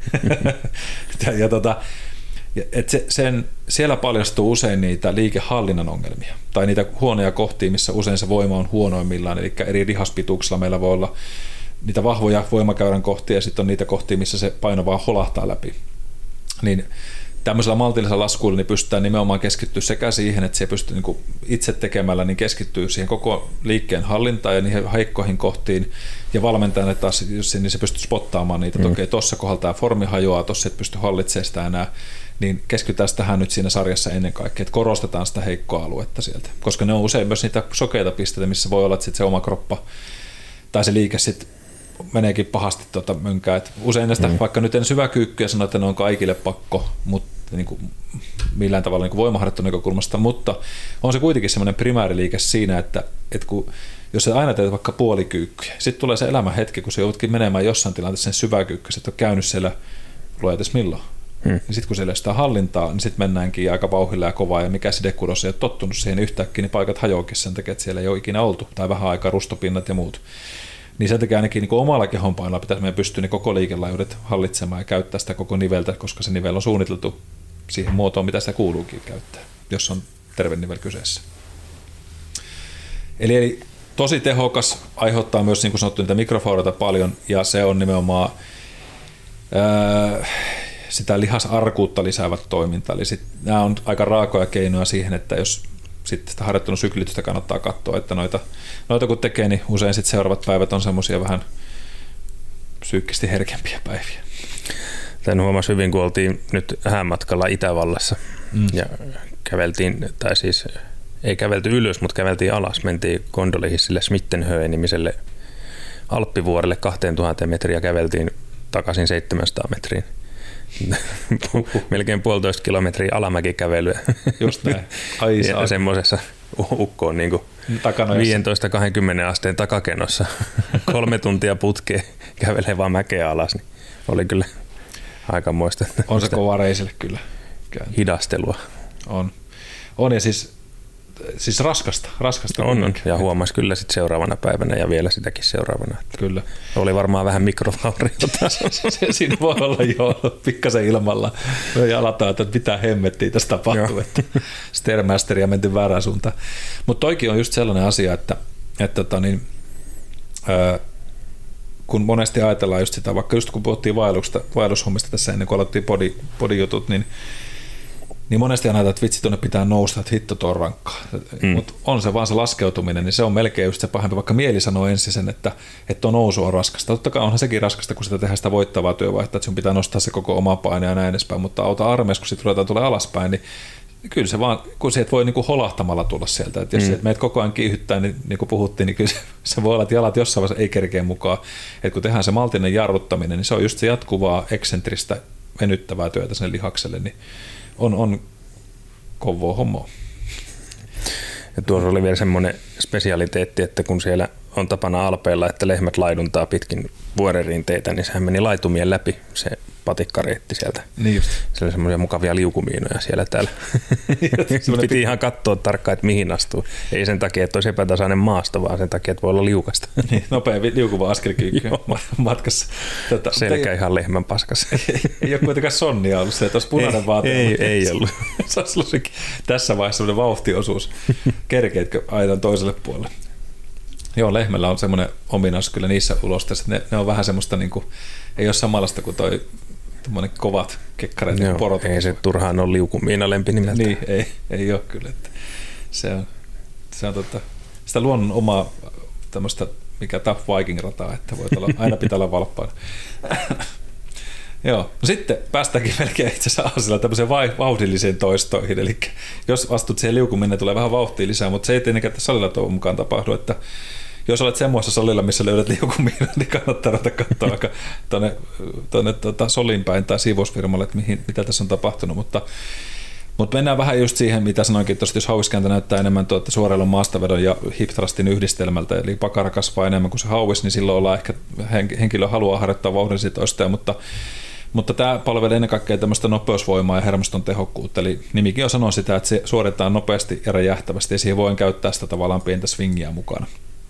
ja, ja tota, et se, sen, siellä paljastuu usein niitä liikehallinnan ongelmia, tai niitä huonoja kohtia, missä usein se voima on huonoimmillaan, eli eri lihaspituuksilla meillä voi olla niitä vahvoja voimakäyrän kohtia, ja sitten on niitä kohtia, missä se paino vaan holahtaa läpi. Niin tämmöisellä maltillisella laskuilla niin pystytään nimenomaan keskittyä sekä siihen, että se pystyy niin itse tekemällä niin keskittyy siihen koko liikkeen hallintaan ja niihin heikkoihin kohtiin, ja valmentajana taas, jos niin se pystyy spottaamaan niitä, mm. okei, tuossa kohdalla tämä formi hajoaa, tuossa et pysty hallitsemaan sitä enää, niin keskitytään tähän nyt siinä sarjassa ennen kaikkea, että korostetaan sitä heikkoa aluetta sieltä, koska ne on usein myös niitä sokeita pisteitä, missä voi olla, että sit se oma kroppa tai se liike sitten meneekin pahasti tuota mönkää. Et usein näistä, mm. vaikka nyt en syväkyykkyjä sano, että ne on kaikille pakko, mutta niin kuin millään tavalla niin voimaharjoittelun näkökulmasta, mutta on se kuitenkin semmoinen primääriliike siinä, että, että kun, jos sä aina teet vaikka puolikyykkyjä, sitten tulee se elämän hetki, kun sä joudutkin menemään jossain tilanteessa sen syväkyykkyä, että on käynyt siellä luojates milloin. Mm. Niin sitten kun siellä ei sitä hallintaa, niin sitten mennäänkin aika vauhdilla ja kovaa, ja mikä sidekudos ei ole tottunut siihen yhtäkkiä, niin paikat hajoakin sen takia, että siellä ei ole ikinä oltu, tai vähän aikaa rustopinnat ja muut. Niin sen takia ainakin niin omalla kehonpainolla pitäisi meidän pystyä ne koko liikelaajuudet hallitsemaan ja käyttää sitä koko niveltä, koska se nivel on suunniteltu siihen muotoon, mitä sitä kuuluukin käyttää, jos on terve nivel kyseessä. Eli, eli tosi tehokas, aiheuttaa myös niin kuin sanottu niitä mikrofauroita paljon, ja se on nimenomaan ää, sitä lihasarkuutta lisäävät toiminta. Eli sit, nämä on aika raakoja keinoja siihen, että jos sitten sitä harjoittelun syklitystä kannattaa katsoa, että noita, noita kun tekee, niin usein sitten seuraavat päivät on semmoisia vähän psyykkisesti herkempiä päiviä. Tän huomasi hyvin, kun oltiin nyt häämatkalla Itävallassa mm. ja käveltiin, tai siis ei kävelty ylös, mutta käveltiin alas. Mentiin gondolihissille Schmittenhöhe-nimiselle Alppivuorelle kaksituhatta metriä, käveltiin takaisin seitsemänsataa metriin. Melkein puolitoista kilometriä alamäkikävelyä. Just näin. Ai ja semmoisessa ukkoon niin viisitoista kaksikymmentä asteen takakenossa kolme tuntia putkeen kävelee vaan mäkeä alas. Niin oli kyllä aikamoista. On se kova reisille kyllä. Hidastelua. On. On ja siis, siis raskasta. raskasta on, on. Ja huomasi kyllä sit seuraavana päivänä ja vielä sitäkin seuraavana. Kyllä. Oli varmaan vähän mikrovauriota. Siinä voi olla jo pikkasen ilmalla. Me jalataan, että mitä hemmettiä tässä tapahtuu. Että Stairmasteria menty väärään suuntaan. Mutta toikin on just sellainen asia, että, että tota niin, ää, kun monesti ajatellaan just sitä, vaikka just kun puhuttiin vaellushommista tässä ennen kuin aloittiin body, body-jutut, niin niin monesti aina, että vitsi tuonne pitää nousta, että hitto tuo on rankkaa. Mm. Mutta on se vaan se laskeutuminen, niin se on melkein just se pahempi, vaikka mieli sanoo ensin sen, että, että tuo nousu on raskasta. Totta kai onhan sekin raskasta, kun sitä tehdään sitä voittavaa työvaihtoa, että sun pitää nostaa se koko oma paine ja näin edespäin, mutta auta armeijassa, kun sitten ruvetaan tulee alaspäin, niin kyllä se vaan, kun sieltä voi niinku holahtamalla tulla sieltä, että jos mm. sieltä meitä koko ajan kiihyttää, niin, niin kuin puhuttiin, niin kyllä se, se voi olla, että jalat jossain vaiheessa ei kerkeä mukaan. Että kun tehdään se maltinen jarruttaminen, niin se on just se jatkuvaa, eksentristä, venyttävää työtä sen lihakselle, niin on, on kovaa hommaa. Ja tuossa oli vielä semmoinen spesialiteetti, että kun siellä on tapana Alpeilla, että lehmät laiduntaa pitkin vuorenrinteitä, niin sehän meni laitumien läpi se patikkareitti sieltä. Niin just. Siellä oli semmoisia mukavia liukumiinoja siellä täällä. Piti ihan katsoa tarkkaan, että mihin astuu. Ei sen takia, että olisi epätasainen maasto, vaan sen takia, että voi olla liukasta. Niin, nopea liukuva askelkyykky matkassa. Tota, Selkä ei, ihan lehmän paskassa. Ei, ei ole kuitenkaan sonnia ollut se, että olisi punainen vaate. Ei, ei ollut. Se olisi ollut tässä vaiheessa semmoinen vauhtiosuus. Kerkeetkö aidan toiselle puolelle? Joo, lehmällä on semmoinen ominaisuus kyllä niissä ulosteissa, ne, ne on vähän semmoista, niin kuin, ei ole samanlaista kuin toi kovat kekkareet. Joo, porot. Ei se turhaan ole liukumiina lempi nimeltä. Niin, ei, ei ole kyllä. Että se on, se on tota, sitä luonnon omaa tämmöistä, mikä Tough Viking-rataa, että voit olla, aina pitää olla valppaana. Joo, no sitten päästäänkin melkein itse asiassa aasilla tämmöiseen vauhdilliseen toistoihin, eli jos astut siihen liukuminne, tulee vähän vauhtia lisää, mutta se ei tietenkään tässä salilla toivon mukaan tapahdu, että jos olet semmoisessa salilla, missä löydät liukuminne, niin kannattaa ruveta katsoa aika tuonne, tuonne tuota, solin päin tai siivousfirmalle, että mihin, mitä tässä on tapahtunut, mutta, mutta mennään vähän just siihen, mitä sanoinkin tuosta, jos hauiskääntö näyttää enemmän tuota suoreilun maastavedon ja hip thrustin yhdistelmältä, eli pakara kasvaa enemmän kuin se hauis, niin silloin ollaan ehkä henkilö haluaa harjoittaa vauhdillisia toistoja, mutta Mutta tämä palvelee ennen kaikkea tämmöistä nopeusvoimaa ja hermoston tehokkuutta, eli nimikin jo sanoo sitä, että se suoritetaan nopeasti ja räjähtävästi, ja siihen voi käyttää sitä tavallaan pientä swingiä mukana.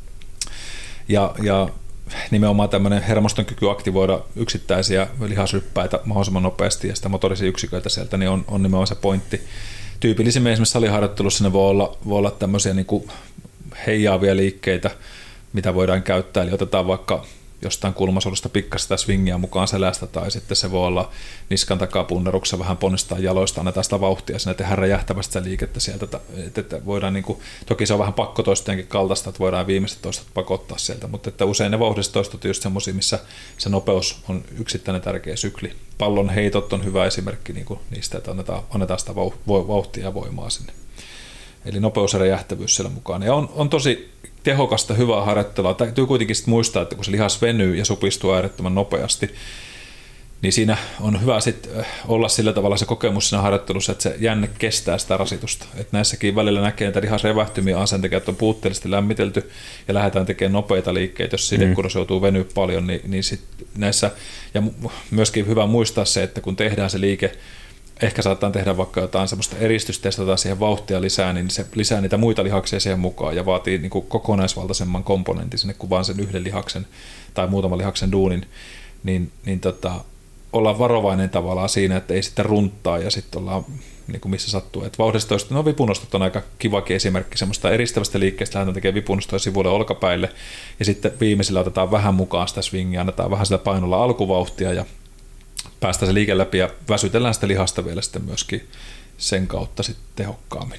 Ja, ja nimenomaan tämmöinen hermoston kyky aktivoida yksittäisiä lihasryppäitä mahdollisimman nopeasti ja sitä motorisia yksiköitä sieltä, niin on, on nimenomaan se pointti. Tyypillisimmin esimerkiksi saliharjoittelussa ne voi olla, voi olla tämmöisiä niin kuin heijaavia liikkeitä, mitä voidaan käyttää, eli otetaan vaikka jostain kulmasolusta pikkasta swingia mukaan selästä, tai sitten se voi olla niskan takapunneruksessa vähän ponnistaa jaloista, annetaan sitä vauhtia, sinne tehdään räjähtävästi sitä liikettä sieltä, että voidaan niin kuin, toki se on vähän pakkotoistojenkin kaltaista, että voidaan viimeiset toistot pakottaa sieltä, mutta että usein ne vauhdilliset toistot on just semmoisia, missä se nopeus on yksittäinen tärkeä sykli. Pallon heitot on hyvä esimerkki niin kuin niistä, että annetaan, annetaan sitä vauhtia ja voimaa sinne. Eli nopeus ja räjähtävyys siellä mukaan. Ja on, on tosi tehokasta, hyvää harjoittelua. Täytyy kuitenkin muistaa, että kun se lihas venyy ja supistuu äärettömän nopeasti, niin siinä on hyvä sit olla sillä tavalla se kokemus siinä harjoittelussa, että se jänne kestää sitä rasitusta. Et näissäkin välillä näkee, että lihasrevähtymiä on sen takia, että on puutteellisesti lämmitelty ja lähdetään tekemään nopeita liikkeitä. Jos sidekudos joutuu venyä paljon, niin, niin sit näissä, ja myöskin hyvä muistaa se, että kun tehdään se liike, ehkä saattaa tehdä vaikka jotain semmoista eristystä, testataan siihen vauhtia lisää, niin se lisää niitä muita lihaksia siihen mukaan ja vaatii niin kuin kokonaisvaltaisemman komponentin sinne kuin vaan sen yhden lihaksen tai muutaman lihaksen duunin, niin, niin tota, ollaan varovainen tavallaan siinä, että ei sitten runttaa ja sitten ollaan niin kuin missä sattuu. Et vauhdista no vipunostot on aika kivakin esimerkki semmoista eristävästä liikkeestä, lähdetään tekemään vipunostoja sivuille olkapäille ja sitten viimeisillä otetaan vähän mukaan sitä swingia, annetaan vähän sitä painolla alkuvauhtia ja päästään se liike läpi ja väsytellään sitä lihasta vielä sitten myöskin sen kautta sitten tehokkaammin.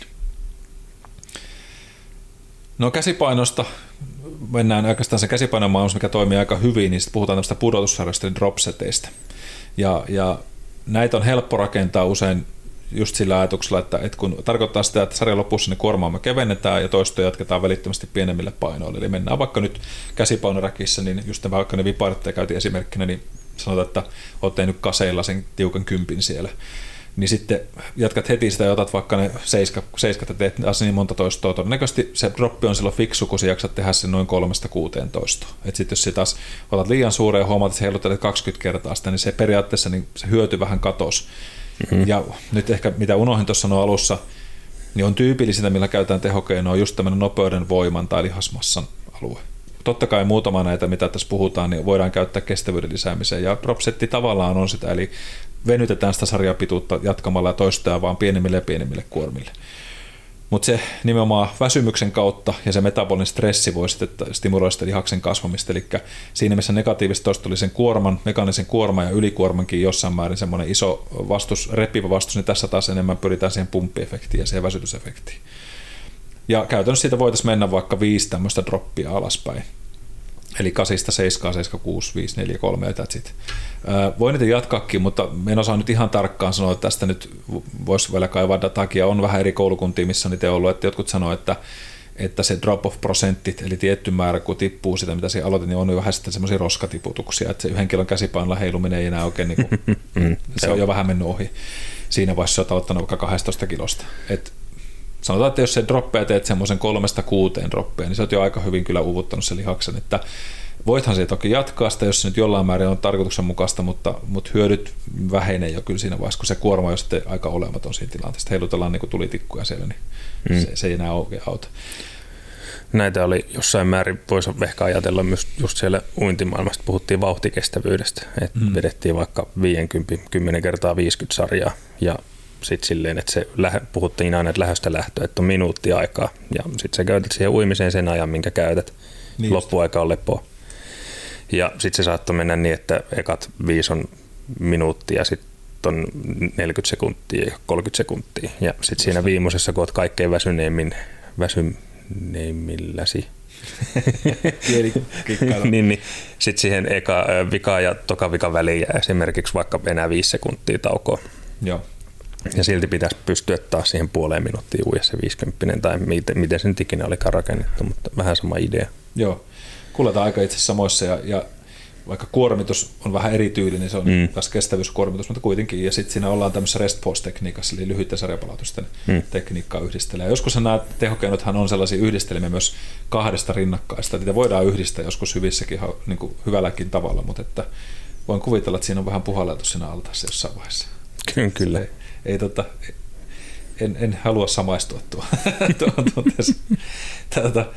No käsipainosta, mennään oikeastaan sen käsipainon maailmassa, mikä toimii aika hyvin, niin sitten puhutaan tämmöistä pudotussarjoista, eli dropseteistä. Ja, ja näitä on helppo rakentaa usein just sillä ajatuksella, että, että kun tarkoittaa sitä, että sarjan lopussa ne kuormaamme kevennetään ja toistoja jatketaan välittömästi pienemmille painoille. Eli mennään vaikka nyt käsipainoräkissä, niin just ne, vaikka ne vipaarit käytiin esimerkkinä, niin sanotaan, että olet tehnyt kaseilla sen tiukan kympin siellä. Niin sitten jatkat heti sitä ja otat vaikka ne seiska, seiskat ja teet niin monta toistoa. Todennäköisesti se droppi on silloin fiksu, kun sä jaksat tehdä sen noin kolmesta kuuteen toistoa. Että sitten jos sä taas otat liian suuren ja huomaat, että sä heiluttelet kaksikymmentä kertaa sitä, niin se periaatteessa niin se hyöty vähän katosi. Mm-hmm. Ja nyt ehkä mitä unohdin tuossa sanoa alussa, niin on tyypillisintä, millä käytetään tehokeinoa, on just tämmöinen nopeuden, voiman tai lihasmassan alue. Totta kai muutama näitä, mitä tässä puhutaan, niin voidaan käyttää kestävyyden lisäämiseen. Ja dropsetti tavallaan on sitä, eli venytetään sitä sarjapituutta jatkamalla ja toistoja vaan pienemmille ja pienemmille kuormille. Mutta se nimenomaan väsymyksen kautta ja se metabolinen stressi voi sitten stimuloida sitä lihaksen kasvamista. Eli siinä missä negatiivista toista oli sen kuorman, mekaanisen kuorman ja ylikuormankin jossain määrin semmoinen iso vastus, repivä vastus, niin tässä taas enemmän pyritään siihen pumppiefektiin ja siihen väsytysefektiin. Ja käytännössä siitä voitaisiin mennä vaikka viisi tämmöistä droppia alaspäin. Eli kasista seitsemän, seitsemän, kuusi, viisi, neljä, kolme ja that's it. Voi niitä jatkaakin, mutta en osaa nyt ihan tarkkaan sanoa, että tästä nyt voisi vielä kaivaa datakia. On vähän eri koulukuntia, missä on niitä ollut, että jotkut sanoo, että, että se drop-off-prosentit, eli tietty määrä, kun tippuu sitä, mitä siinä aloitin, niin on jo vähän sitten semmoisia roskatiputuksia, että se yhden kilon käsipainolla heiluminen ei enää oikein, niin kuin, se on jo vähän mennyt ohi siinä vaiheessa, olet aloittanut vaikka kaksitoista kilosta. Et sanotaan, että jos se droppeja teet semmoisen kolmesta kuuteen droppeja, niin sä oot jo aika hyvin kyllä uuvuttanut sen lihaksen, että voithan se toki jatkaa sitä, jos se nyt jollain määrin on tarkoituksenmukaista, mutta, mutta hyödyt vähenee jo kyllä siinä vaiheessa, kun se kuorma on jo sitten aika olematon siinä tilanteessa. Heilutellaan niin kuin tulitikkuja siellä, niin mm. se, se ei enää oikein auta. Näitä oli jossain määrin, voisi ehkä ajatella myös just siellä uintimaailmasta, puhuttiin vauhtikestävyydestä, että mm. vedettiin vaikka viisikymmentä, kymmenen kertaa viisikymmentä sarjaa ja sitten silleen, että se puhuttiin aina, että lähöstä lähtöä, että on minuutti aikaa ja sitten sä käytät siihen uimiseen sen ajan, minkä käytät. Niin loppuaika on lepoa. Ja sitten se saattoi mennä niin, että ekat viisi on minuuttia ja sitten on neljäkymmentä sekuntia ja kolmekymmentä sekuntia. Ja sitten siinä viimeisessä, kun olet kaikkein väsyneimmin, väsyneimmilläsi, niin, niin sitten siihen eka vika ja toka vika väliin jää esimerkiksi vaikka enää viisi sekuntia taukoa. Joo. Ja silti pitäisi pystyä taas siihen puoleen minuuttiin uida se viisikymmentä tai miten, miten sen ikinä olikaan rakennettu, mutta vähän sama idea. Joo, kuljetaan aika itse samoissa ja, ja vaikka kuormitus on vähän erityylinen, niin se on mm. taas kestävyyskuormitus, mutta kuitenkin. Ja sitten siinä ollaan tämmöisessä rest pause-tekniikassa, eli lyhyiden sarjapalautusten mm. tekniikkaa yhdistelee. Joskus nämä tehokeinothan on sellaisia yhdistelmiä myös kahdesta rinnakkaista. Niitä voidaan yhdistää joskus hyvissäkin, niin kuin hyvälläkin tavalla, mutta että voin kuvitella, että siinä on vähän puhalleltu siinä altaassa jossain vaiheessa. Kyllä, kyllä. Ei, ei, tota, en, en halua samaistua tuohon tuotteeseen. Tätä.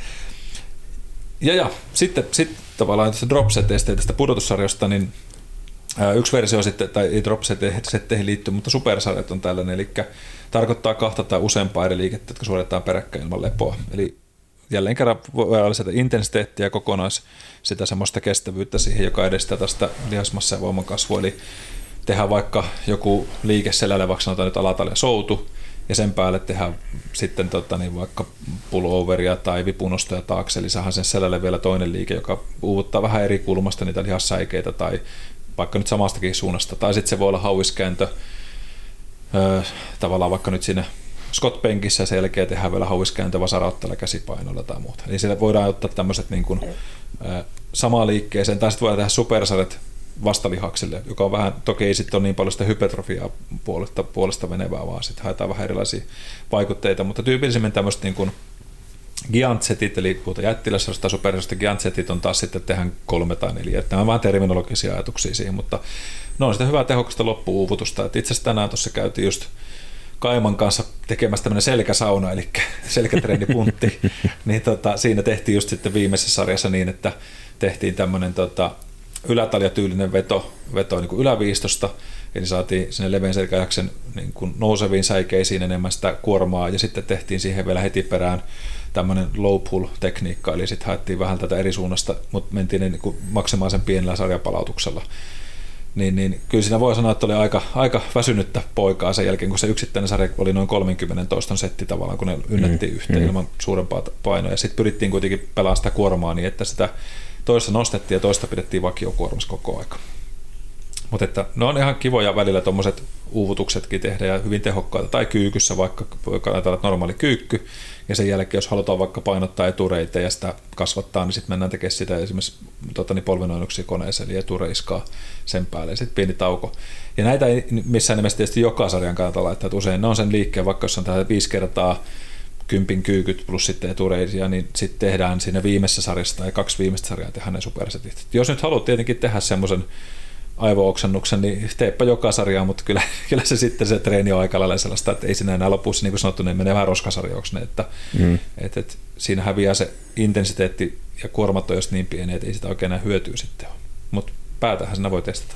Ja, ja sitten, sitten tavallaan tästä drop-seteistä ja tästä pudotussarjosta, niin ää, yksi versio sitten, tai ei drop-setteihin liittyy, mutta supersarjat on tällainen, eli tarkoittaa kahta tai useampaa eri liikettä, jotka suoritetaan peräkkäin ilman lepoa. Eli jälleen kerran voi lisätä intensiteettiä ja kokonais sitä semmoista kestävyyttä siihen, joka edistää tästä lihasmassa ja voiman kasvua. Eli tehdään vaikka joku liike selälle, vaikka sanotaan nyt alatalja soutu, ja sen päälle tehdään sitten tota, niin vaikka pulloveria tai vipunostoja taakse, eli saadaan sen selälle vielä toinen liike, joka uuvuttaa vähän eri kulmasta niitä lihassäikeitä tai vaikka nyt samastakin suunnasta, tai sitten se voi olla hauiskääntö, öö, tavallaan vaikka nyt siinä squat-penkissä sen jälkeen tehdään vielä hauiskääntö vasarauttajalla käsipainoilla tai muuta. Eli siellä voidaan ottaa tämmöiset niin kuin, öö, samaan liikkeeseen, tai sitten voidaan tehdä supersarjat vastalihaksille, joka on vähän, toki ei sitten ole niin paljon sitä hypertrofiaa puolesta, puolesta menevää, vaan sitten haetaan vähän erilaisia vaikutteita, mutta tyypillisemmin tämmöiset niin kuin giantsetit, eli puhutaan jättiläisarjoista tai supersarjoista, giantsetit on taas sitten tehdään kolme tai neljä. Nämä on vähän terminologisia ajatuksia siihen, mutta ne on sitä hyvää tehokasta loppu-uuvutusta. Itse asiassa tänään tuossa käytiin just Kaiman kanssa tekemässä tämmöinen selkäsauna, eli selkätreenipuntti, niin tota, siinä tehtiin just sitten viimeisessä sarjassa niin, että tehtiin tämmöinen tota, ylätaljatyylinen veto, veto niin kuin yläviistosta, eli saatiin sinne leveän selkäjaksen niin kuin nouseviin säikeisiin enemmän sitä kuormaa, ja sitten tehtiin siihen vielä heti perään tämmöinen low pull-tekniikka, eli sitten haettiin vähän tätä eri suunnasta, mutta mentiin niin kuin maksimaalisen pienellä sarjapalautuksella. Niin, niin kyllä siinä voi sanoa, että oli aika, aika väsynyttä poikaa sen jälkeen, kun se yksittäinen sarja oli noin kolmenkymmenen toiston setti tavallaan, kun ne ynnättiin mm, yhteen mm. ilman suurempaa painoa, ja sitten pyrittiin kuitenkin pelaamaan sitä kuormaa niin, että sitä toista nostettiin ja toista pidettiin vakiokuormassa koko aika. Mutta että ne on ihan kivoja välillä tuommoiset uuvutuksetkin tehdä ja hyvin tehokkaita. Tai kyykyssä vaikka, voi ajatella normaali kyykky, ja sen jälkeen jos halutaan vaikka painottaa etureitä ja sitä kasvattaa, niin sitten mennään tekemään sitä esimerkiksi tota, niin polvenoinnuksia koneeseen, eli etureiskaa sen päälle ja sitten pieni tauko. Ja näitä ei missään nimessä tietysti joka sarjan kannata laittaa, että usein ne on sen liikkeen, vaikka jos on tähän viisi kertaa kympin kyykyt plus sitten etureisia, niin sitten tehdään siinä viimeisessä sarjassa tai kaksi viimeistä sarjaa tehdään ne supersetit. Jos nyt haluat tietenkin tehdä semmoisen aivo-oksennuksen, niin teepä joka sarjaa, mutta kyllä, kyllä se sitten se treeni on aika lailla sellaista, että ei siinä enää lopussa, niin kuin sanottu, niin menee vähän roskasarjoiksi, että mm. et, et, siinä häviää se intensiteetti ja kuormat on jos niin pieni, että ei sitä oikein enää hyötyä sitten ole. Mutta päätähän siinä voi testata.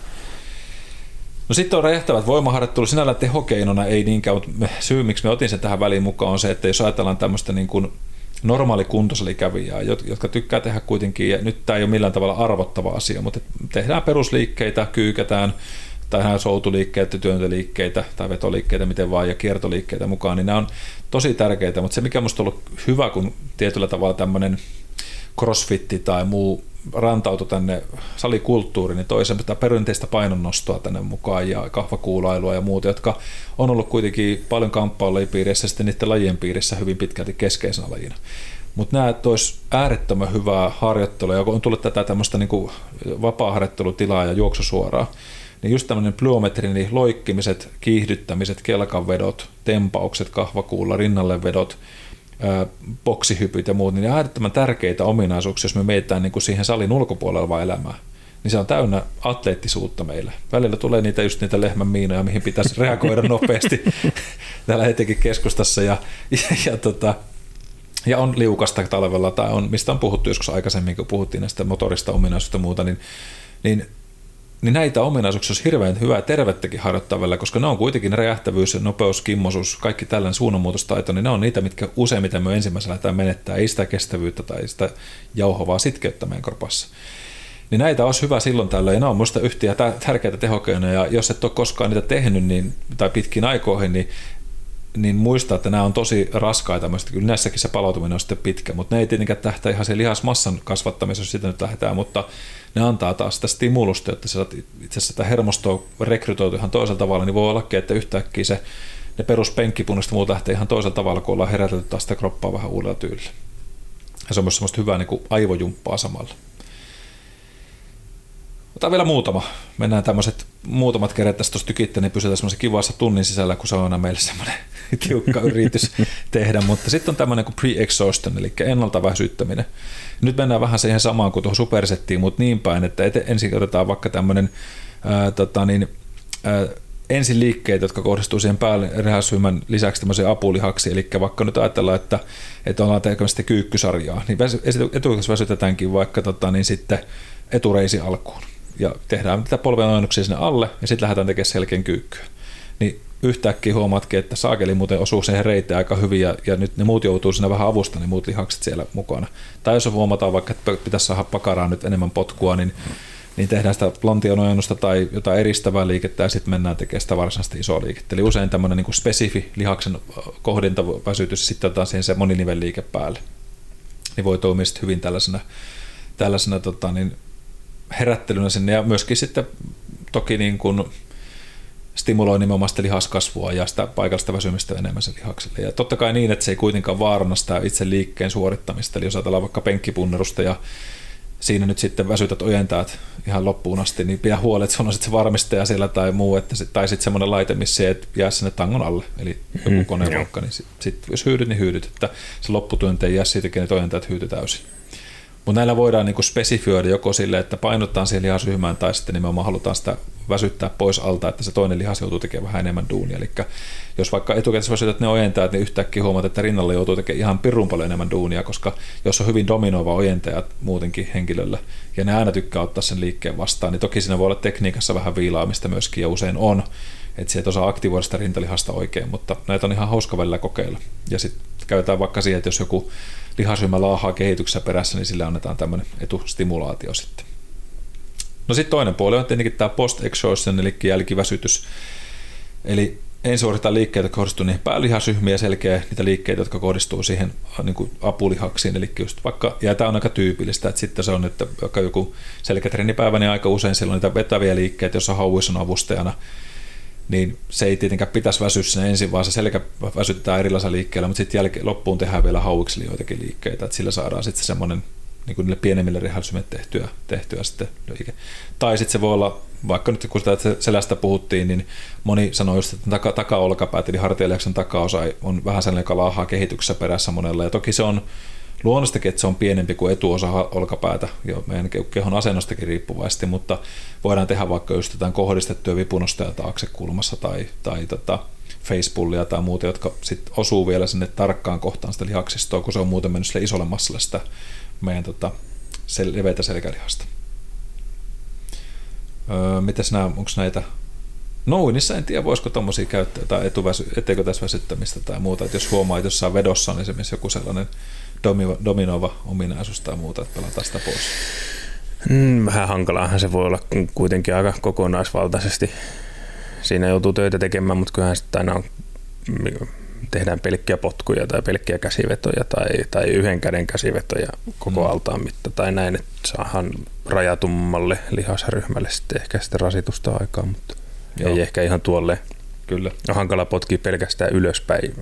No sitten on räjähtävät voimaharjoittelu, sinällään tehokeinona ei niinkään, mutta me, syy miksi me otin sen tähän väliin mukaan on se, että jos ajatellaan tämmöistä niin kuin normaali kuntosalikävijää, jotka tykkää tehdä kuitenkin, ja nyt tämä ei ole millään tavalla arvottava asia, mutta tehdään perusliikkeitä, kyykätään, tai tehdään soutuliikkeitä, työntöliikkeitä tai vetoliikkeitä, miten vaan, ja kiertoliikkeitä mukaan, niin nämä on tosi tärkeitä, mutta se mikä on minusta ollut hyvä, kun tietyllä tavalla tämmöinen crossfitti tai muu rantautu tänne salikulttuuriin, niin toi semmoista perinteistä painonnostoa tänne mukaan ja kahvakuulailua ja muuta, jotka on ollut kuitenkin paljon kamppailulajien piirissä ja sitten niiden lajien piirissä hyvin pitkälti keskeisenä lajina. Mutta nämä tois äärettömän hyvää harjoittelua, ja kun on tullut tätä tämmöistä niin vapaa-harjoittelutilaa ja juoksusuoraa, niin just tämmöinen plyometri, niin loikkimiset, kiihdyttämiset, kelkanvedot, tempaukset, kahvakuulla, rinnallevedot, boksihypyt ja muut, niin ne on äärettömän tärkeitä ominaisuuksia, jos me mietitään niin kuin siihen salin ulkopuolella vaan elämää. Niin se on täynnä atleettisuutta meille. Välillä tulee niitä just niitä lehmän miinoja, mihin pitäisi reagoida nopeasti täällä etenkin keskustassa. Ja, ja, ja, tota, ja on liukasta talvella, tai on, mistä on puhuttu joskus aikaisemmin, kun puhuttiin näistä motorista ominaisuutta ja muuta, niin, niin niin näitä ominaisuuksia olisi hirveän hyvää tervettäkin harjoittaa välillä, koska ne on kuitenkin räjähtävyys, nopeus, kimmoisuus, kaikki tällainen suunnanmuutostaito, niin ne on niitä, mitkä useimmiten me ensimmäisenä lähdetään menettää, ei sitä kestävyyttä tai sitä jauhovaa sitkeyttä meidän kropassa. Niin näitä olisi hyvä silloin tällöin, ja ne on minusta yhtiä tärkeitä tehokeinoja, ja jos et ole koskaan niitä tehnyt niin, tai pitkin aikoihin, niin, niin muista, että nämä on tosi raskaita, kyllä näissäkin se palautuminen on sitten pitkä, mutta ne ei tietenkään tähtää ihan sen lihasmassan kasvattamiseen, jos sitä nyt lähdetään, mutta ne antaa taas sitä stimulusta, että sä saat itse asiassa sitä hermostoa rekrytoitu ihan toisella tavalla, niin voi ollakin, että yhtäkkiä se, ne peruspenkkipunnista muut lähtee ihan toisella tavalla, kun ollaan herätelty taas sitä kroppaa vähän uudella tyylillä. Ja se on myös semmoista hyvää niin kuin aivojumppaa samalla. Otetaan vielä muutama. Mennään tämmöiset muutamat kerrat tästä tuossa tykittä, niin pysytään semmoisen kivassa tunnin sisällä, kun se on aina meille semmoinen tiukka yritys tehdä. Mutta sitten on tämmöinen kuin pre-exhaustion, eli ennalta väsyttäminen. Nyt mennään vähän siihen samaan kuin tuohon supersettiin, mutta niin päin, että ensin otetaan vaikka tämmöinen ää, tota niin, ää, ensin liikkeet, jotka kohdistuu siihen päälle rehäsymän lisäksi tämmöisiä apulihaksi, eli vaikka nyt ajatellaan, että, että ollaan tekemässä kyykkysarjaa, niin etukäs väsytetäänkin vaikka tota, niin sitten etureisi alkuun. Ja tehdään tätä polvenojennuksia sinne alle, ja sitten lähdetään tekemään selkeän kyykkyä. Niin yhtäkkiä huomaatkin, että saakeli muuten osuu siihen reiteen aika hyvin, ja, ja nyt ne muut joutuu siinä vähän avusta, niin muut lihakset siellä mukana. Tai jos huomataan vaikka, että pitäisi saada pakaraan nyt enemmän potkua, niin, niin tehdään sitä lantionojennusta tai jotain eristävää liikettä, ja sitten mennään tekemään sitä varsinaista isoa liikettä. Eli usein tämmöinen niin kuin spesifi lihaksen kohdintaväsytys, ja sitten otetaan siihen se moninivelliike päälle. Niin voi toimia sitten hyvin tällaisena, tällaisena tota, niin herättelynä sinne, ja myöskin sitten toki niin kuin stimuloi nimenomaan sitä lihaskasvua ja sitä paikallista väsymistä enemmän sen lihakselle. Ja totta kai niin, että se ei kuitenkaan vaaranna sitä itse liikkeen suorittamista. Eli jos ajatellaan vaikka penkkipunnerusta ja siinä nyt sitten väsytät ojentajat ihan loppuun asti, niin pidä huoli, että se on sitten se varmistaja siellä tai muu, että sit, tai sitten semmoinen laite, missä se et jää sinne tangon alle, eli joku mm, koneluokka, niin sit, sit, jos hyydyt, niin hyydyt, että se lopputyöntä ei jää siitäkin, että ojentajat hyyty täysin. Mutta näillä voidaan niinku spesifioida joko sille, että painotetaan siihen lihasryhmään tai sitten nimenomaan halutaan sitä väsyttää pois alta, että se toinen lihas joutuu tekemään vähän enemmän duunia. Eli jos vaikka etukäteen väsytät ne ojentajat, niin yhtäkkiä huomaat, että rinnalle joutuu tekemään ihan pirun paljon enemmän duunia, koska jos on hyvin dominoiva ojentajat muutenkin henkilöllä ja ne aina tykkää ottaa sen liikkeen vastaan, niin toki siinä voi olla tekniikassa vähän viilaamista myöskin ja usein on, että se et osaa aktivoida sitä rintalihasta oikein, mutta näitä on ihan hauska välillä kokeilla. Ja sitten käytetään vaikka siihen, että jos joku lihasryhmä laahaa kehityksessä perässä, niin sille annetaan tämmöinen etustimulaatio sitten. No sitten toinen puoli on tietenkin tämä post-exhaustion, eli jälkiväsytys. Eli en suorita liikkeitä, jotka kohdistuu niihin päälihasryhmiin ja selkeä niitä liikkeitä, jotka kohdistuu siihen niin kuin apulihaksiin. Eli just vaikka, ja tämä on aika tyypillistä, että sitten se on, että vaikka joku selkätreenipäivä, niin aika usein siellä on niitä vetäviä liikkeitä, jossa hauis on avustajana, niin se ei tietenkään pitäisi väsyä sinne ensin, vaan se selkä väsytetään erilaisilla liikkeillä, mutta sitten jälkeen loppuun tehdään vielä hauiksille joitakin liikkeitä, että sillä saadaan sitten semmoinen niin kuin niille pienemmille rihasryhmille tehtyä, tehtyä sitten liike. Tai sitten se voi olla, vaikka nyt kun sitä selästä puhuttiin, niin moni sanoo just, että taka, taka-olkapäät, eli hartialihaksen takaosa on vähän sellainen, joka laahaa kehityksessä perässä monella, ja toki se on luonnostakin, että se on pienempi kuin etuosa olkapäätä, jo meidän kehon asennostakin riippuvaisesti, mutta voidaan tehdä vaikka just jotain kohdistettuja vipunostoja taakse kulmassa tai, tai tota facepullia tai muuta, jotka sitten osuu vielä sinne tarkkaan kohtaan sitä lihaksistoa, kun se on muuten mennyt sille isolle massalle sitä meidän tota, sel- leveätä selkälihasta. Öö, mitäs nämä, onko näitä? Nouinissa en tiedä, voisiko tommosia käyttää tai etuväsy, etteikö tässä väsyttämistä tai muuta, että jos huomaa, että jossain vedossa on esimerkiksi joku sellainen domi- dominoiva ominaisuus tai muuta, että pelataan sitä pois. Mm, vähän hankalaahan se voi olla kuitenkin aika kokonaisvaltaisesti. Siinä joutuu töitä tekemään, mutta kyllähän sitten aina on, tehdään pelkkiä potkuja tai pelkkiä käsivetoja tai, tai yhden käden käsivetoja koko altaan mitta tai näin, että saadaan rajatummalle lihasryhmälle sitten ehkä sitten rasitusta aikaa, mutta joo, ei ehkä ihan tuolle. Kyllä. On hankala potkia pelkästään ylöspäin.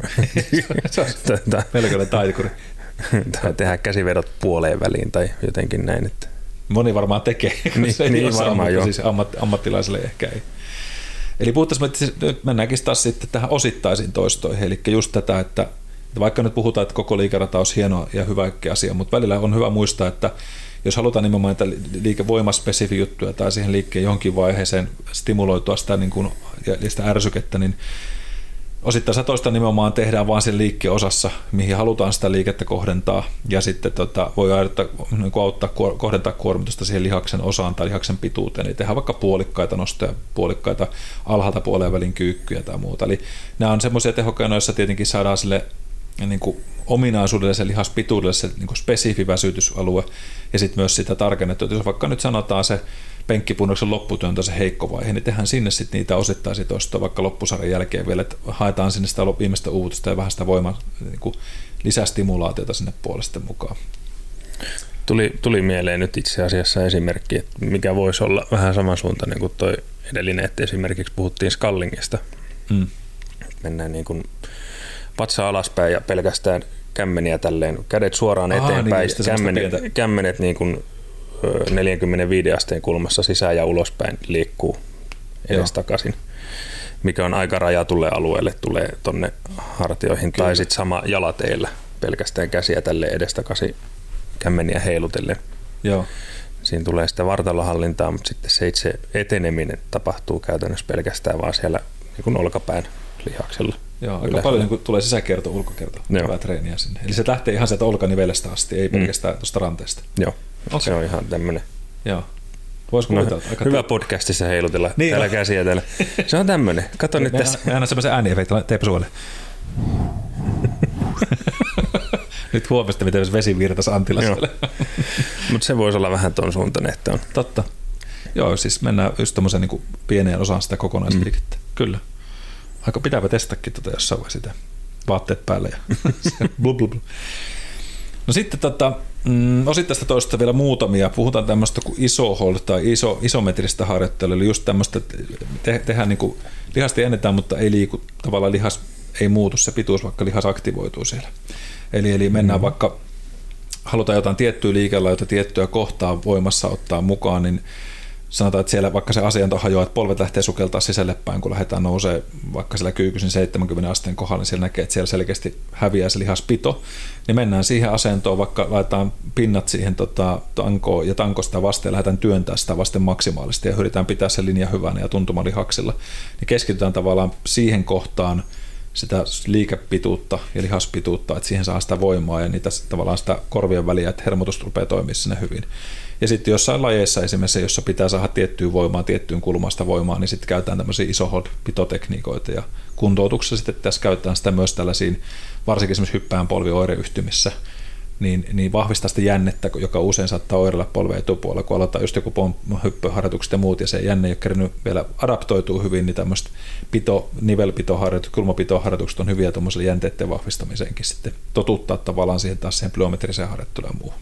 Pelkällä taikuri. Tai tehdään käsivedot puoleen väliin tai jotenkin näin. Että moni varmaan tekee, niin, se ei niin varmaan joo. Siis ammat, ammattilaiselle ehkä ei. Eli puhuttaisiin, että nyt mennäänkin taas sitten tähän osittaisiin toistoihin, eli just tätä, että vaikka nyt puhutaan, että koko liikerata olisi hieno ja hyvä asia, mutta välillä on hyvä muistaa, että jos halutaan nimenomaan näitä liikevoimaspesifi juttuja tai siihen liikkeen johonkin vaiheeseen stimuloitua sitä, niin kuin, ja sitä ärsykettä, niin osittaisella toista nimenomaan tehdään vaan sen liikkeen osassa, mihin halutaan sitä liikettä kohdentaa, ja sitten tota, voi auttaa, niin auttaa kohdentaa kuormitusta siihen lihaksen osaan tai lihaksen pituuteen, eli tehdään vaikka puolikkaita nostoja, puolikkaita alhaalta puoleen välin kyykkyjä tai muuta. Eli nämä on semmoisia tehokeinoja, joissa tietenkin saadaan sille niin kuin ominaisuudelle, se lihaspituudelle se niin kuin spesifi väsytysalue, ja sitten myös sitä tarkennettua. Jos vaikka nyt sanotaan se penkkipunnoksen lopputyön se heikko vaihe, niin tehdään sinne sitten niitä osittaisia toistoja vaikka loppusarjan jälkeen vielä, että haetaan sinne sitä viimeistä uutusta ja vähän sitä voiman niin kuin lisästimulaatiota sinne puolesta mukaan. Tuli, tuli mieleen nyt itse asiassa esimerkki, että mikä voisi olla vähän samansuuntainen kuin toi edellinen, että esimerkiksi puhuttiin skallingista. Mm. Mennään niin kuin vatsa alaspäin ja pelkästään kämmeniä tälleen, kädet suoraan Aha, eteenpäin, niin, kämmenet, kämmenet niin kuin neljäkymmentäviisi asteen kulmassa sisään ja ulospäin liikkuu edestakaisin, mikä on aika rajatulle alueelle, tulee tonne hartioihin. Kyllä. Tai sitten sama jalateillä, pelkästään käsiä tälle edestakaisin kämmeniä heilutellen. Joo. Siinä tulee sitä vartalohallintaa, mutta sitten se itse eteneminen tapahtuu käytännössä pelkästään vaan siellä niin kuin olkapään lihaksella. Joo, aika Ylä. paljon niin tulee sisäkerto, ulkokerto, hyvää treeniä sinne. Eli se lähtee ihan sieltä olkanivelestä asti, ei pelkästään mm. tuosta ranteesta. Joo, okay. Se on ihan tämmöinen. Joo. Voisiko no, kuvitella? Aika hyvä podcastissa heilutella niin täällä käsiä täällä. Se on tämmöinen. Kato nyt tässä. Me annan semmoisen ääniefekti, teepä suolle. Nyt huomesta, miten vesi virtasi Antilassa. Mutta se voisi olla vähän tuon suuntainen, että on. Totta. Joo, siis mennään just tommoseen niin pieneen osaan sitä kokonaisliikettä. Mm. Kyllä. Aika pitääpä testakin tuota jossain vai sitä vaatteet päälle ja blu, blu, blu. No sitten tota, mm, osittaista toista vielä muutamia. Puhutaan tämmöistä kuin isohold tai iso, isometristä harjoittelua, eli just tämmöistä, että te, tehdään niin kuin lihasta ennetään, mutta ei liiku, tavallaan lihas ei muutu se pituus, vaikka lihas aktivoituu siellä. Eli, eli mennään mm. vaikka, halutaan jotain tiettyä liikellä, jota tiettyä kohtaa voimassa ottaa mukaan, niin sanotaan, että siellä vaikka se asento hajoaa, että polvet lähtee sukeltaa sisälle päin, kun lähdetään nousee vaikka siellä kyykysin seitsemänkymmentä asteen kohdalla, niin siellä näkee, että siellä selkeästi häviää se lihaspito, niin mennään siihen asentoon, vaikka laitetaan pinnat siihen tota, tankoon ja tankosta vasten ja lähdetään työntää sitä vasten maksimaalisesti ja yritetään pitää se linja hyvänä ja tuntumalihaksilla, niin keskitytään tavallaan siihen kohtaan sitä liikepituutta ja lihaspituutta, että siihen saa sitä voimaa ja niitä tavallaan sitä korvien väliä, että hermotus rupeaa toimimaan sinne hyvin. Ja sitten jossain lajeissa esimerkiksi, jossa pitää saada tiettyyn voimaan, tiettyyn kulmasta voimaa, niin sitten käytetään tämmöisiä isohold-pitotekniikoita ja kuntoutuksessa sitten tässä käytetään sitä myös tällaisiin, varsinkin esimerkiksi hyppään polvioireyhtymissä, niin, niin vahvistaa sitä jännettä, joka usein saattaa oireilla polven etupuolella, kun aloittaa just joku hyppyharjoitukset ja muut, ja se jänne ei ole kerännyt vielä adaptoituu hyvin, niin tämmöiset pito, nivelpitoharjoitukset, kulmapitoharjoitukset on hyviä tuommoiselle jänteiden vahvistamiseenkin sitten totuttaa tavallaan siihen taas siihen plyometriseen harjoitteluun ja muuhun.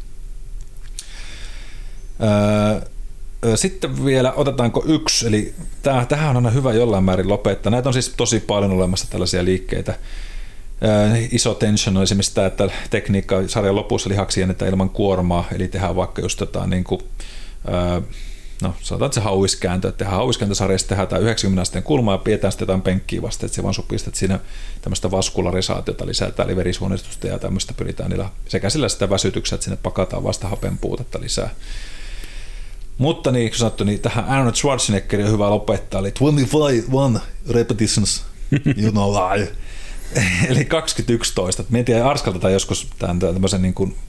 Öö, Sitten vielä otetaanko yksi, eli täh, tähän on aina hyvä jollain määrin lopettaa. Näitä on siis tosi paljon olemassa tällaisia liikkeitä. Öö, iso tension on esimerkiksi tämä, että tekniikka sarjan lopussa lihaksi jännetään ilman kuormaa, eli tehdään vaikka just jotain niin kuin, öö, no sanotaan, että se hauiskääntö, että tehdään hauiskääntösarjassa, tehdään tämä yhdeksänkymmentä asteen kulmaa ja pidetään sitten jotain penkkiä vasta, että se vaan supistat siinä tämmöistä vaskularisaatiota lisätään, eli verisuonistusta ja tämmöistä pyritään niillä sekä sillä sitä väsytyksiä, että sinne pakataan vasta hapen puutetta lisää. Mutta niin kuin sanottu, niin tähän Arnold Schwarzeneggerin on hyvä lopettaa, eli kaksikymmentäviisi repetitions, you know why. Eli kaksikymmentäyksi toista. Me en tiedä, Arskalta tai joskus tämän, tämmöisen niin kuin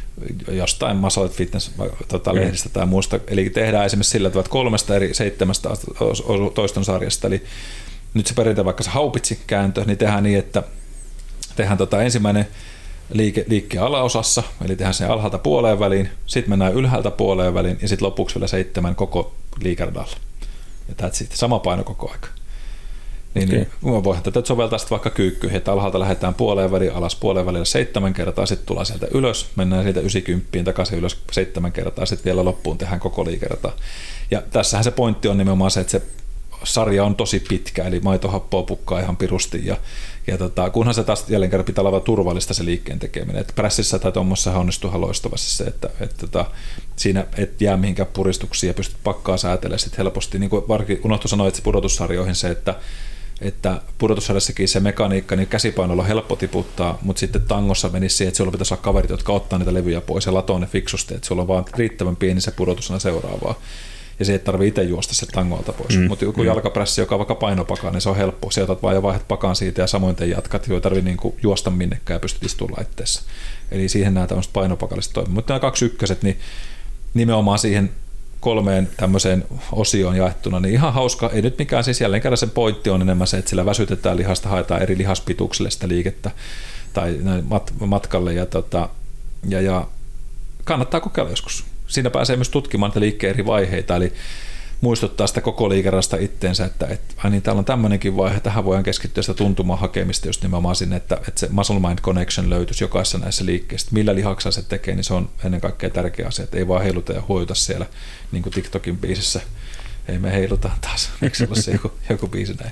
jostain Muscle Fitness tota, lehdistä tai muusta. Eli tehdään esimerkiksi sillä tavalla kolmesta eri seitsemästä toiston sarjasta. Eli nyt se perinteinen vaikka se haupitsikääntö, niin tehdään niin, että tehdään tota ensimmäinen liike, liikkeen alaosassa, eli tehdään sen alhaalta puoleen väliin, sitten mennään ylhäältä puoleen väliin ja sitten lopuksi vielä seitsemän koko liikeradalla. Ja that's it. Sama paino koko aika. Niin, okay. niin voidaan tätä soveltaa sitten vaikka kyykkyihin, että alhaalta lähdetään puoleen väliin, alas puoleen välillä seitsemän kertaa, sitten tullaan sieltä ylös, mennään siitä yhdeksänkymmentä takaisin ylös seitsemän kertaa, sitten vielä loppuun tehdään koko liikerata. Ja tässähän se pointti on nimenomaan se, että se sarja on tosi pitkä, eli maitohappoa pukkaa ihan pirusti, ja, ja tota, kunhan se taas jälleen kerran pitää olla turvallista se liikkeen tekeminen. Et prässissä tai tuommoissahan onnistuu ihan loistavasti se, että et, tota, siinä et jää mihinkään puristuksiin ja pystyt pakkaa säätelemään sit helposti. Niin kuin unohtui sanoa, että se pudotussarjoihin se, että että pudotussarjassakin se mekaniikka, niin käsipainolla on helppo tiputtaa, mutta sitten tangossa menisi siihen, että sulla pitäisi olla kaverit, jotka ottaa niitä levyjä pois ja latoo ne fiksusti, että sulla on vaan riittävän pieni se pudotusana seuraavaa. Ja se ei tarvitse itse juosta se tangoalta pois. Mm, mutta joku mm. jalkaprässi, joka on vaikka painopakaan, niin se on helppo. Sieltä otat vaan ja vaihdat pakaan siitä ja samoin te jatkat, jo ei tarvitse niinku juosta minnekään ja pystyt istumaan laitteessa. Eli siihen nämä tämmöiset painopakalliset toimivat. Mutta nämä kaksi ykköset, niin nimenomaan siihen kolmeen tämmöiseen osioon jaettuna, niin ihan hauska, ei nyt mikään siis jälleen kerran sen pointti on enemmän se, että sillä väsytetään lihasta, haetaan eri lihaspituuksille sitä liikettä tai mat- matkalle ja, tota, ja, ja kannattaa kokeilla joskus. Siinä pääsee myös tutkimaan niitä liikkeen eri vaiheita, eli muistuttaa sitä koko liikerasta itteensä, että et, ai niin, täällä on tämmöinenkin vaihe, tähän voidaan keskittyä sitä tuntuman hakemista just nimenomaan sinne, että, että se muscle-mind connection löytyisi jokaisessa näissä liikkeissä. Millä lihaksaa se tekee, niin se on ennen kaikkea tärkeä asia, että ei vaan heiluta ja huojuta siellä, niin kuin TikTokin biisissä. Ei me heiluta taas, eikö se ole se joku, joku biisi näin.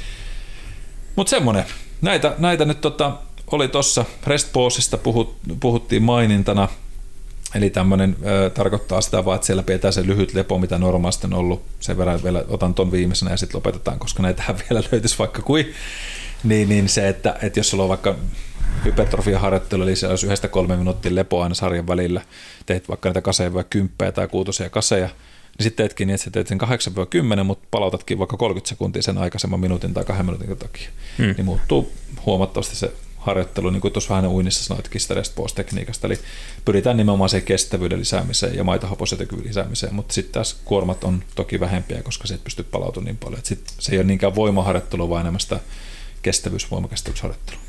Mutta semmoinen, näitä, näitä nyt tota, oli tuossa rest pausesta puhut, puhuttiin mainintana. Eli tämmöinen ö, tarkoittaa sitä vaan, että siellä pidetään se lyhyt lepo, mitä normaalisti on ollut. Sen verran vielä otan ton viimeisenä ja sitten lopetetaan, koska näitähän vielä löytyisi vaikka kuin. Niin, niin se, että, että jos sulla on vaikka hypertrofiaharjoittelu, eli siellä olisi yhdestä kolme minuuttia lepoa aina sarjan välillä, teet vaikka näitä kaseja kymppejä tai kuutosia kaseja, niin sitten teetkin niin, että sä teet sen kahdeksan kymmenen, mutta palautatkin vaikka kolmekymmentä sekuntia sen aikaisemman minuutin tai kahden minuutin takia. Hmm. Niin muuttuu huomattavasti se harjoittelu, niin kuin tuossa vähän uinnissa sanoitkin sitä rest pause-tekniikasta, eli pyritään nimenomaan siihen kestävyyden lisäämiseen ja maitohaposyötykyvyn lisäämiseen, mutta sitten taas kuormat on toki vähempiä, koska se ei pysty palautumaan niin paljon, että sit se ei ole niinkään voimaharjoittelua, vaan enemmän sitä kestävyys- voimakestävyysharjoittelua.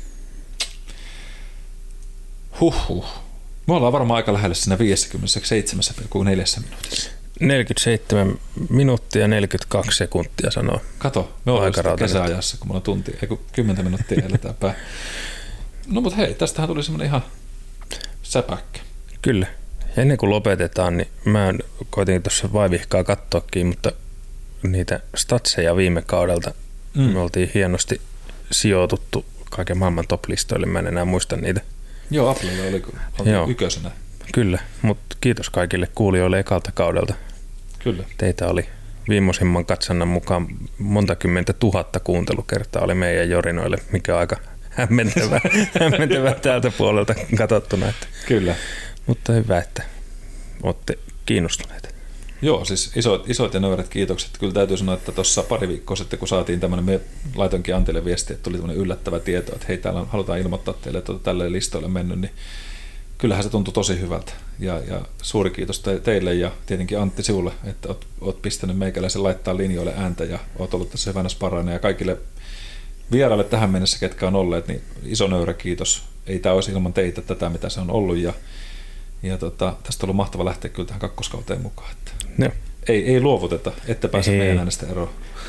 Huhhuh. Me ollaan varmaan aika lähellä siinä viisikymmentäseitsemän pilkku neljä minuutissa. neljäkymmentäseitsemän minuuttia neljäkymmentäkaksi sekuntia sanoo. Kato, me ollaan sitä kesäajassa, kun mulla on tunti, ei kun kymmentä minuuttia eletään päin. No mutta hei, tästähän tuli semmoinen ihan säpäkkä. Kyllä. Ja ennen kuin lopetetaan, niin mä koitin tuossa vaivihkaa katsoakin, mutta niitä statseja viime kaudelta mm. me oltiin hienosti sijoituttu kaiken maailman top-listoille. Mä en enää muista niitä. Joo, Applella oli, oli yköisenä. Kyllä, mutta kiitos kaikille kuulijoille ekalta kaudelta. Kyllä. Teitä oli viimeisimman katsannan mukaan monta kymmentä tuhatta kuuntelukertaa oli meidän jorinoille, mikä on aika hämmentävää, hämmentävää täältä puolelta katsottuna. Että. Kyllä. Mutta hyvä, että olette kiinnostuneita. Joo, siis isot, isot ja nöyrät kiitokset. Kyllä täytyy sanoa, että tuossa pari viikkoa sitten, kun saatiin tämmöinen, me laitoinkin Antille viesti, että tuli tämmöinen yllättävä tieto, että hei, täällä halutaan ilmoittaa teille, että olette tälle listoille mennyt, niin kyllähän se tuntui tosi hyvältä. Ja, ja suuri kiitos te, teille ja tietenkin Antti sinulle, että oot, oot pistänyt meikäläisen laittaa linjoille ääntä ja oot ollut tässä hyvänä sparraina. Ja kaikille vieraille tähän mennessä, ketkä on olleet, niin iso nöyrä kiitos ei tämä olisi ilman teitä tätä, mitä se on ollut. Ja, ja tota, tästä on ollut mahtava lähteä kyllä tähän kakkoskauteen mukaan. Että no. ei, ei luovuteta, että pääse meidän äänestä eroon.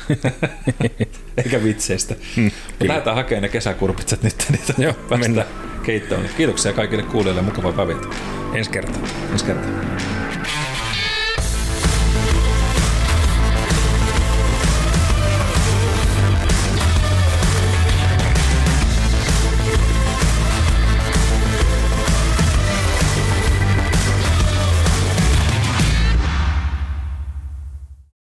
Eikä vitseistä. Mm, lähdetään hakemaan ne kesäkurpitset nyt, niitä Joo, päästään keittämään. Kiitoksia kaikille kuulijoille ja mukavaa päivää. Ensi kertaa. Ensi kertaa.